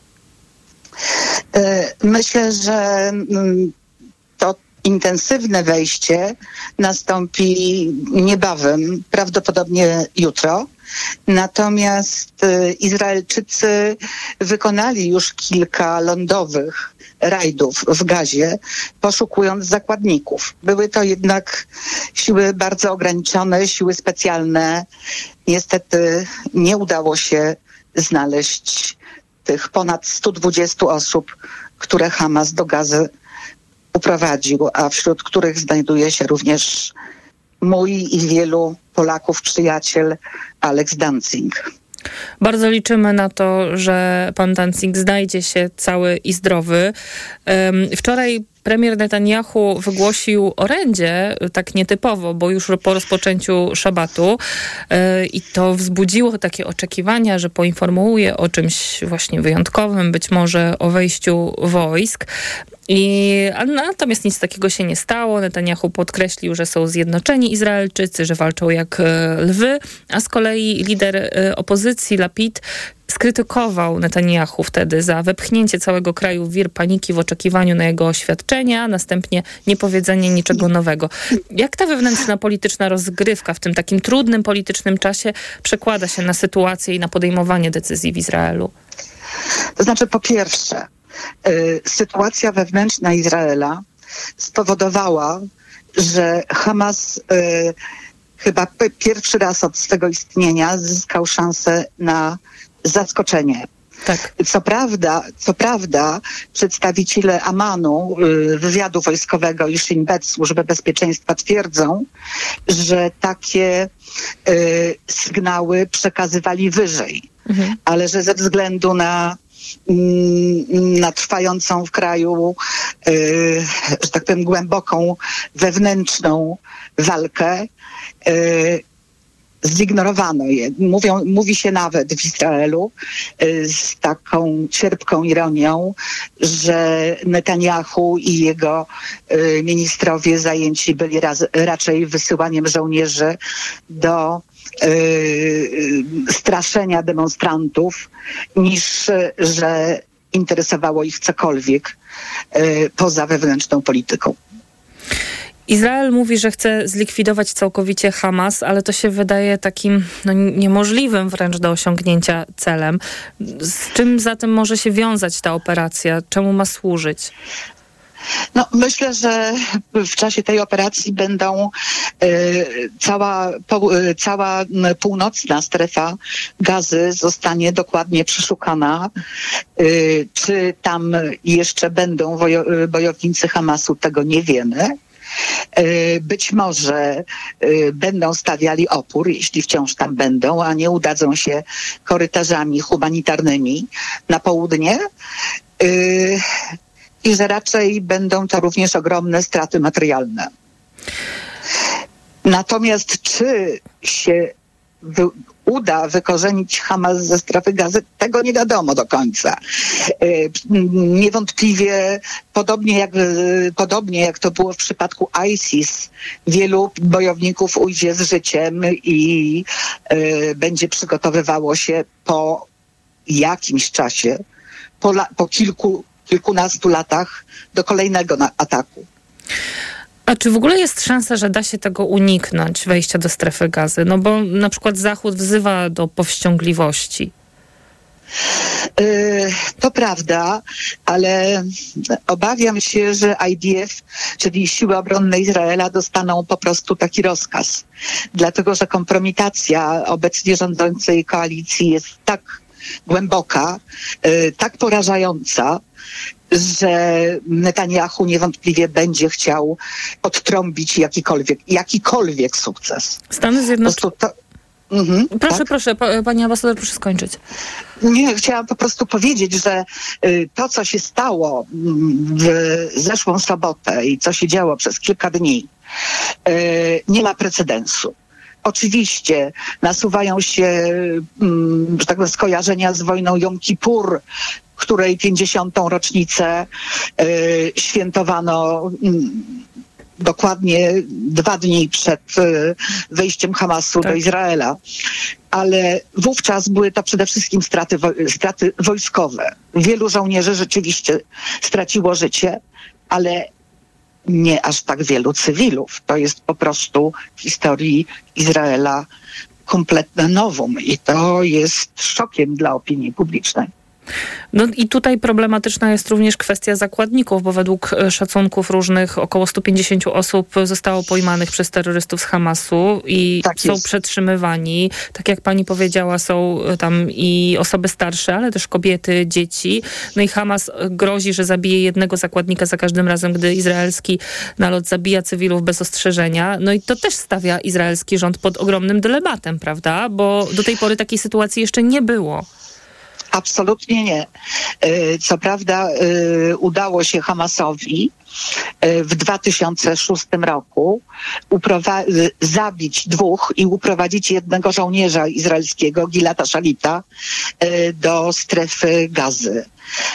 Myślę, że to intensywne wejście nastąpi niebawem, prawdopodobnie jutro. Natomiast Izraelczycy wykonali już kilka lądowych rajdów w Gazie, poszukując zakładników. Były to jednak siły bardzo ograniczone, siły specjalne. Niestety nie udało się znaleźć tych ponad stu dwudziestu osób, które Hamas do Gazy uprowadził, a wśród których znajduje się również mój i wielu Polaków przyjaciel Alex Danzig. Bardzo liczymy na to, że pan Danzig znajdzie się cały i zdrowy. Wczoraj premier Netanyahu wygłosił orędzie, tak nietypowo, bo już po rozpoczęciu szabatu i to wzbudziło takie oczekiwania, że poinformuje o czymś właśnie wyjątkowym, być może o wejściu wojsk. I, a natomiast nic takiego się nie stało. Netanyahu podkreślił, że są zjednoczeni Izraelczycy, że walczą jak lwy, a z kolei lider opozycji Lapid skrytykował Netanyahu wtedy za wepchnięcie całego kraju w wir paniki w oczekiwaniu na jego oświadczenia, a następnie niepowiedzenie niczego nowego. Jak ta wewnętrzna polityczna rozgrywka w tym takim trudnym politycznym czasie przekłada się na sytuację i na podejmowanie decyzji w Izraelu? To znaczy, po pierwsze, y, sytuacja wewnętrzna Izraela spowodowała, że Hamas y, chyba p- pierwszy raz od swego istnienia zyskał szansę na zaskoczenie. Tak. Co prawda, co prawda przedstawiciele Amanu, y, wywiadu wojskowego i Shin Bet, Służby Bezpieczeństwa, twierdzą, że takie y, sygnały przekazywali wyżej, mhm. ale że ze względu na na trwającą w kraju, y, że tak powiem, głęboką wewnętrzną walkę, y, zignorowano je. Mówią, mówi się nawet w Izraelu y, z taką cierpką ironią, że Netanyahu i jego y, ministrowie zajęci byli raz, raczej wysyłaniem żołnierzy do y, straszenia demonstrantów, niż że interesowało ich cokolwiek y, poza wewnętrzną polityką. Izrael mówi, że chce zlikwidować całkowicie Hamas, ale to się wydaje takim no, niemożliwym wręcz do osiągnięcia celem. Z czym zatem może się wiązać ta operacja? Czemu ma służyć? No, myślę, że w czasie tej operacji będą y, cała, po, y, cała północna strefa Gazy zostanie dokładnie przeszukana. Y, czy tam jeszcze będą wojo, bojownicy Hamasu, tego nie wiemy. Być może będą stawiali opór, jeśli wciąż tam będą, a nie udadzą się korytarzami humanitarnymi na południe. I że raczej będą to również ogromne straty materialne. Natomiast czy się wy- uda wykorzenić Hamas ze strefy Gazy, tego nie wiadomo do końca. Niewątpliwie, podobnie jak, podobnie jak to było w przypadku ISIS, wielu bojowników ujdzie z życiem i y, będzie przygotowywało się po jakimś czasie, po, la, po kilku, kilkunastu latach do kolejnego na- ataku. A czy w ogóle jest szansa, że da się tego uniknąć, wejścia do strefy Gazy? No bo na przykład Zachód wzywa do powściągliwości. Yy, to prawda, ale obawiam się, że I D F, czyli Siły Obronne Izraela, dostaną po prostu taki rozkaz. Dlatego, że kompromitacja obecnie rządzącej koalicji jest tak głęboka, yy, tak porażająca, że Netanyahu niewątpliwie będzie chciał odtrąbić jakikolwiek, jakikolwiek sukces. Stany Zjednoczone... To... Mhm, proszę, tak? proszę, pani ambasador, proszę skończyć. Nie, chciałam po prostu powiedzieć, że y, to, co się stało w zeszłą sobotę i co się działo przez kilka dni, y, nie ma precedensu. Oczywiście nasuwają się, mm, że tak powiem, skojarzenia z wojną Jom Kippur, której pięćdziesiątą rocznicę y, świętowano y, dokładnie dwa dni przed y, wejściem Hamasu tak. do Izraela. Ale wówczas były to przede wszystkim straty, wo- straty wojskowe. Wielu żołnierzy rzeczywiście straciło życie, ale nie aż tak wielu cywilów. To jest po prostu w historii Izraela kompletne novum i to jest szokiem dla opinii publicznej. No i tutaj problematyczna jest również kwestia zakładników, bo według szacunków różnych około stu pięćdziesięciu osób zostało pojmanych przez terrorystów z Hamasu i tak są jest. przetrzymywani. Tak jak pani powiedziała, są tam i osoby starsze, ale też kobiety, dzieci. No i Hamas grozi, że zabije jednego zakładnika za każdym razem, gdy izraelski nalot zabija cywilów bez ostrzeżenia. No i to też stawia izraelski rząd pod ogromnym dylematem, prawda? Bo do tej pory takiej sytuacji jeszcze nie było. Absolutnie nie. Co prawda udało się Hamasowi w dwa tysiące szóstym roku uprowa- zabić dwóch i uprowadzić jednego żołnierza izraelskiego, Gilada Szalita, do strefy Gazy.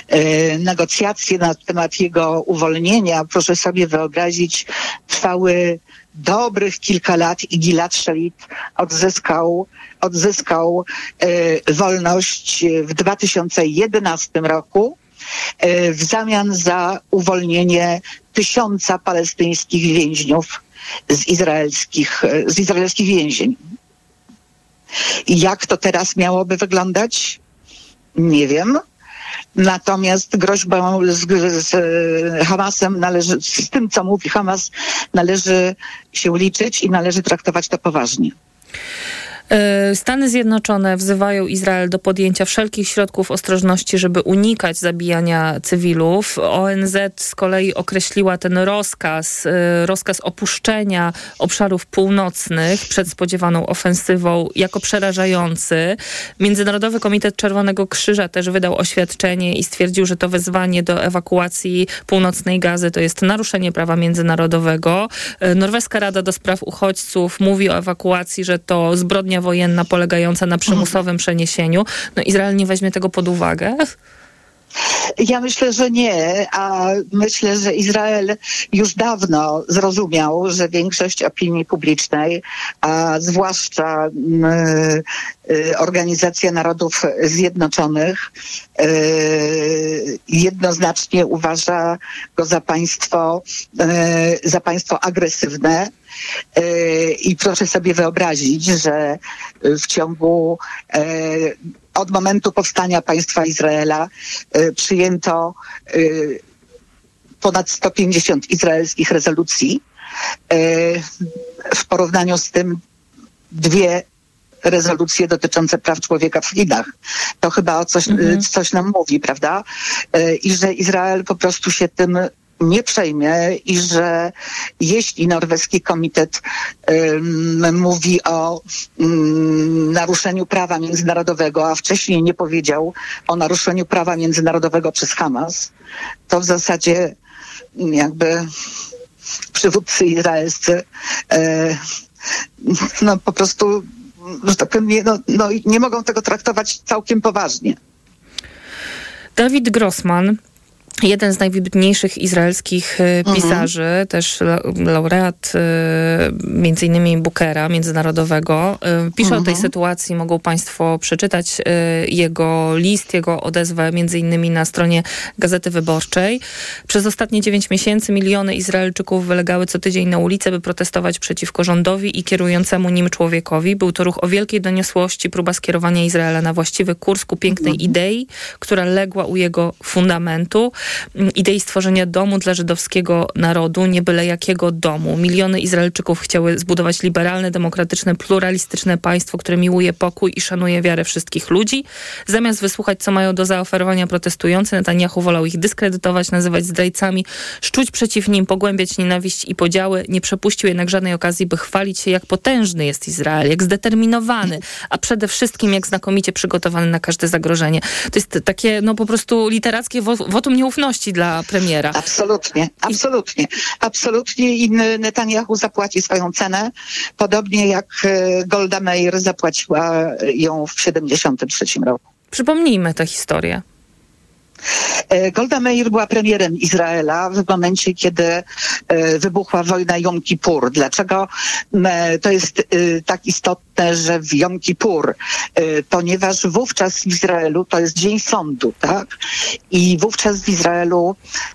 Negocjacje na temat jego uwolnienia, proszę sobie wyobrazić, trwały dobrych kilka lat i Gilad Shalit odzyskał, odzyskał e, wolność w dwa tysiące jedenastym roku e, w zamian za uwolnienie tysiąca palestyńskich więźniów z izraelskich, e, z izraelskich więzień. I jak to teraz miałoby wyglądać? Nie wiem. Natomiast groźbą z, z Hamasem należy, z tym, co mówi Hamas, należy się liczyć i należy traktować to poważnie. Stany Zjednoczone wzywają Izrael do podjęcia wszelkich środków ostrożności, żeby unikać zabijania cywilów. O N Z z kolei określiła ten rozkaz, rozkaz opuszczenia obszarów północnych przed spodziewaną ofensywą jako przerażający. Międzynarodowy Komitet Czerwonego Krzyża też wydał oświadczenie i stwierdził, że to wezwanie do ewakuacji północnej Gazy to jest naruszenie prawa międzynarodowego. Norweska Rada do Spraw Uchodźców mówi o ewakuacji, że to zbrodnia wojenna polegająca na przymusowym przeniesieniu. No Izrael nie weźmie tego pod uwagę? Ja myślę, że nie, a myślę, że Izrael już dawno zrozumiał, że większość opinii publicznej, a zwłaszcza y, y, Organizacja Narodów Zjednoczonych y, jednoznacznie uważa go za państwo, za państwo agresywne. I proszę sobie wyobrazić, że w ciągu od momentu powstania państwa Izraela przyjęto ponad sto pięćdziesiąt izraelskich rezolucji. W porównaniu z tym dwie rezolucje dotyczące praw człowieka w Chinach. To chyba o coś, mhm. coś nam mówi, prawda? I że Izrael po prostu się tym nie przejmie i że jeśli norweski komitet um, mówi o um, naruszeniu prawa międzynarodowego, a wcześniej nie powiedział o naruszeniu prawa międzynarodowego przez Hamas, to w zasadzie jakby przywódcy izraelscy e, no po prostu, że tak powiem, nie, no, no, nie mogą tego traktować całkiem poważnie. Dawid Grossman, jeden z najwybitniejszych izraelskich pisarzy, mhm. też laureat między innymi Bookera międzynarodowego. Pisze mhm. o tej sytuacji, mogą państwo przeczytać jego list, jego odezwę między innymi na stronie Gazety Wyborczej. Przez ostatnie dziewięć miesięcy miliony Izraelczyków wylegały co tydzień na ulicę, by protestować przeciwko rządowi i kierującemu nim człowiekowi. Był to ruch o wielkiej doniosłości, próba skierowania Izraela na właściwy kurs ku pięknej mhm. idei, która legła u jego fundamentu. Idei stworzenia domu dla żydowskiego narodu, nie byle jakiego domu. Miliony Izraelczyków chciały zbudować liberalne, demokratyczne, pluralistyczne państwo, które miłuje pokój i szanuje wiarę wszystkich ludzi. Zamiast wysłuchać, co mają do zaoferowania protestujący, Netanjahu wolał ich dyskredytować, nazywać zdrajcami, szczuć przeciw nim, pogłębiać nienawiść i podziały. Nie przepuścił jednak żadnej okazji, by chwalić się, jak potężny jest Izrael, jak zdeterminowany, a przede wszystkim jak znakomicie przygotowany na każde zagrożenie. To jest takie, no po prostu literackie wotum nieufności dla premiera. Absolutnie, absolutnie. Absolutnie i Netanjahu zapłaci swoją cenę, podobnie jak Golda Meir zapłaciła ją w siedemdziesiątym trzecim roku. Przypomnijmy tę historię. Golda Meir była premierem Izraela w momencie, kiedy wybuchła wojna Jom Kippur. Dlaczego to jest tak istotne, że w Jom Kippur? Ponieważ wówczas w Izraelu to jest dzień sądu, tak? I wówczas w Izraelu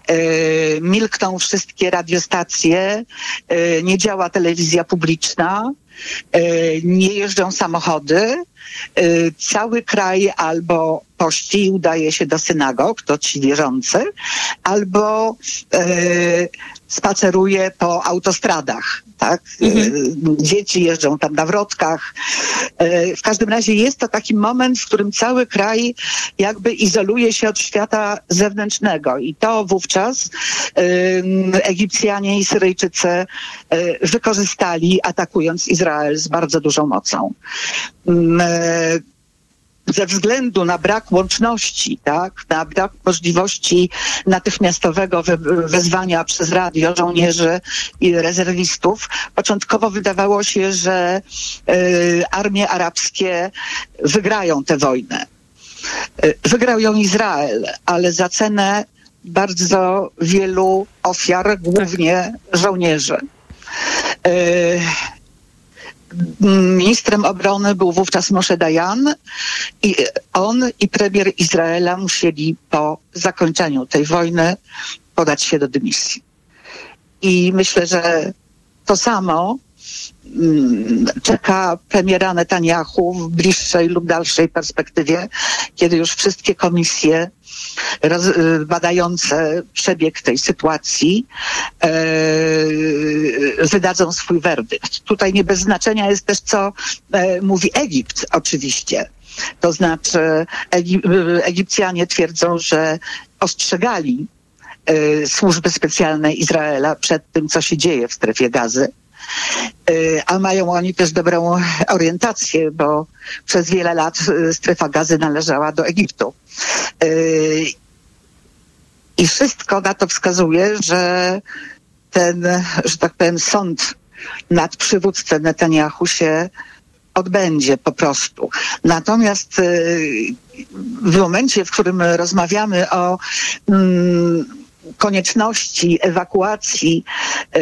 milkną wszystkie radiostacje, nie działa telewizja publiczna, nie jeżdżą samochody, cały kraj albo pości i udaje się do synagog, to ci wierzący, albo e, spaceruje po autostradach, tak? Mhm. Dzieci jeżdżą tam na wrotkach. E, w każdym razie jest to taki moment, w którym cały kraj jakby izoluje się od świata zewnętrznego i to wówczas e, Egipcjanie i Syryjczycy e, wykorzystali, atakując Izrael z bardzo dużą mocą. E, Ze względu na brak łączności, tak, na brak możliwości natychmiastowego we- wezwania przez radio żołnierzy i rezerwistów, początkowo wydawało się, że y, armie arabskie wygrają tę wojnę. Y, wygrał ją Izrael, ale za cenę bardzo wielu ofiar, głównie żołnierzy. Y, Ministrem obrony był wówczas Moshe Dayan i on i premier Izraela musieli po zakończeniu tej wojny podać się do dymisji. I myślę, że to samo czeka premiera Netanjahu w bliższej lub dalszej perspektywie, kiedy już wszystkie komisje roz, badające przebieg tej sytuacji e, wydadzą swój werdykt. Tutaj nie bez znaczenia jest też, co e, mówi Egipt oczywiście. To znaczy Egip, Egipcjanie twierdzą, że ostrzegali e, służby specjalne Izraela przed tym, co się dzieje w strefie Gazy. A mają oni też dobrą orientację, bo przez wiele lat strefa Gazy należała do Egiptu. I wszystko na to wskazuje, że ten, że tak powiem, sąd nad przywódcą Netanjahu się odbędzie po prostu. Natomiast w momencie, w którym rozmawiamy o mm, konieczności ewakuacji y,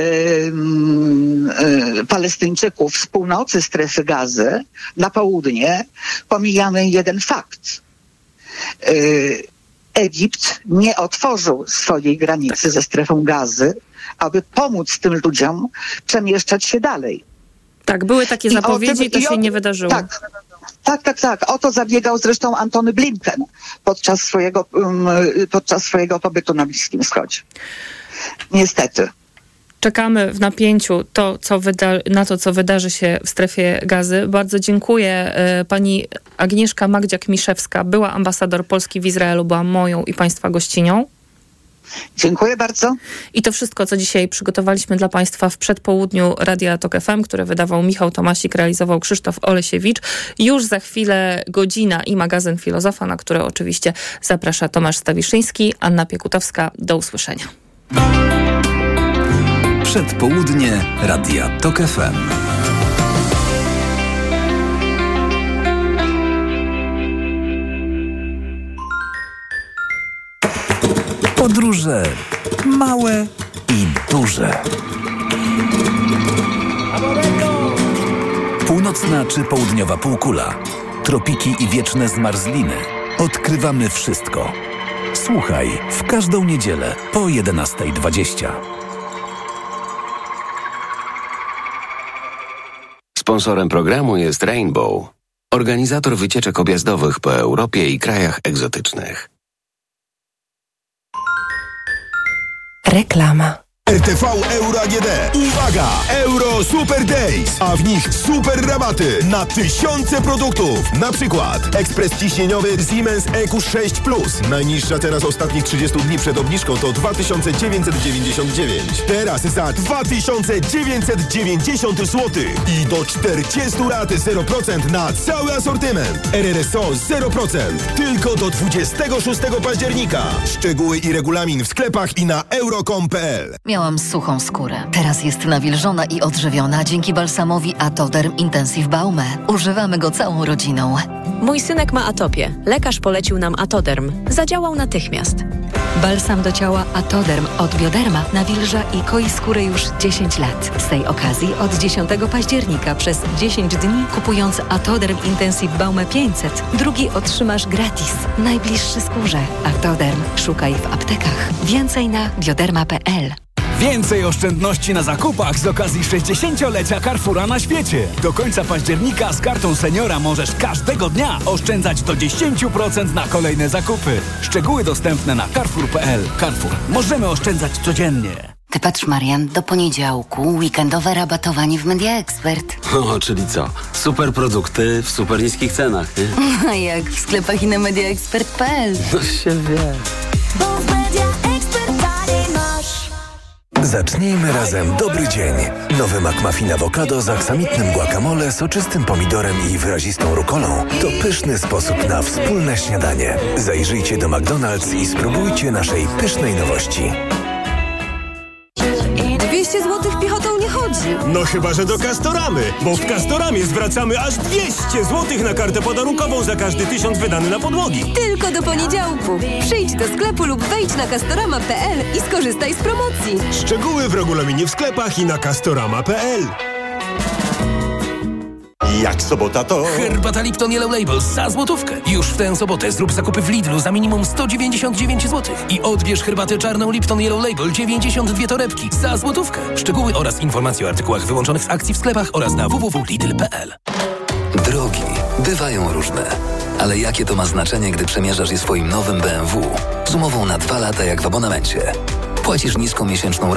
y, Palestyńczyków z północy strefy Gazy na południe, pomijamy jeden fakt. Y, Egipt nie otworzył swojej granicy ze strefą Gazy, aby pomóc tym ludziom przemieszczać się dalej. Tak, były takie I zapowiedzi tym, i to i się o, nie wydarzyło. Tak, tak, tak, tak. O to zabiegał zresztą Antony Blinken podczas swojego, um, podczas swojego pobytu na Bliskim Wschodzie. Niestety. Czekamy w napięciu to, co wyda- na to, co wydarzy się w strefie Gazy. Bardzo dziękuję. Pani Agnieszka Magdziak-Miszewska, była ambasador Polski w Izraelu, była moją i Państwa gościnią. Dziękuję bardzo. I to wszystko, co dzisiaj przygotowaliśmy dla Państwa w przedpołudniu Radia Tok F M, które wydawał Michał Tomasik, realizował Krzysztof Olesiewicz. Już za chwilę godzina i magazyn Filozofa, na które oczywiście zaprasza Tomasz Stawiszyński, Anna Piekutowska. Do usłyszenia. Przedpołudnie Radia Tok F M. Podróże małe i duże. Północna czy południowa półkula, tropiki i wieczne zmarzliny. Odkrywamy wszystko. Słuchaj w każdą niedzielę po jedenasta dwadzieścia. Sponsorem programu jest Rainbow, organizator wycieczek objazdowych po Europie i krajach egzotycznych. Reklama. R T V Euro A G D. Uwaga! Euro Super Days, a w nich super rabaty na tysiące produktów. Na przykład ekspres ciśnieniowy Siemens E Q sześć plus. Najniższa teraz ostatnich trzydziestu dni przed obniżką to dwa tysiące dziewięćset dziewięćdziesiąt dziewięć. Teraz za dwa tysiące dziewięćset dziewięćdziesiąt złotych i do czterdziestu rat zero procent na cały asortyment. R R S O zero procent. Tylko do dwudziestego szóstego października. Szczegóły i regulamin w sklepach i na euro kropka com kropka p l. Miałam suchą skórę. Teraz jest nawilżona i odżywiona dzięki balsamowi Atoderm Intensive Baume. Używamy go całą rodziną. Mój synek ma atopię. Lekarz polecił nam Atoderm. Zadziałał natychmiast. Balsam do ciała Atoderm od Bioderma nawilża i koi skórę już dziesięć lat. Z tej okazji od dziesiątego października przez dziesięć dni kupując Atoderm Intensive Baume pięćset, drugi otrzymasz gratis. Najbliższy skórze. Atoderm. Szukaj w aptekach. Więcej na bioderma kropka p l. Więcej oszczędności na zakupach z okazji sześćdziesięciolecia Carrefoura na świecie. Do końca października z kartą seniora możesz każdego dnia oszczędzać do dziesięć procent na kolejne zakupy. Szczegóły dostępne na carrefour kropka p l. Carrefour. Możemy oszczędzać codziennie. Ty patrz, Marian, do poniedziałku weekendowe rabatowanie w Media Expert. O, czyli co? Super produkty w super niskich cenach, nie? Jak w sklepach i na media expert kropka p l. No się wie. Zacznijmy razem dobry dzień. Nowy McMuffin awokado z aksamitnym guacamole, soczystym pomidorem i wyrazistą rukolą to pyszny sposób na wspólne śniadanie. Zajrzyjcie do McDonald's i spróbujcie naszej pysznej nowości. dwieście złotych piechotą nie chodzi. No chyba, że do Castoramy, bo w Castoramie zwracamy aż dwieście złotych na kartę podarunkową za każdy tysiąc wydany na podłogi. Tylko do poniedziałku. Przyjdź do sklepu lub wejdź na castorama kropka p l i skorzystaj z promocji. Szczegóły w regulaminie w sklepach i na castorama kropka p l. Jak sobota to... Herbata Lipton Yellow Label za złotówkę. Już w tę sobotę zrób zakupy w Lidlu za minimum sto dziewięćdziesiąt dziewięć złotych i odbierz herbatę czarną Lipton Yellow Label dziewięćdziesiąt dwie torebki za złotówkę. Szczegóły oraz informacje o artykułach wyłączonych z akcji w sklepach oraz na w w w kropka lidl kropka p l. Drogi bywają różne, ale jakie to ma znaczenie, gdy przemierzasz je swoim nowym B M W z umową na dwa lata jak w abonamencie. Płacisz niską miesięczną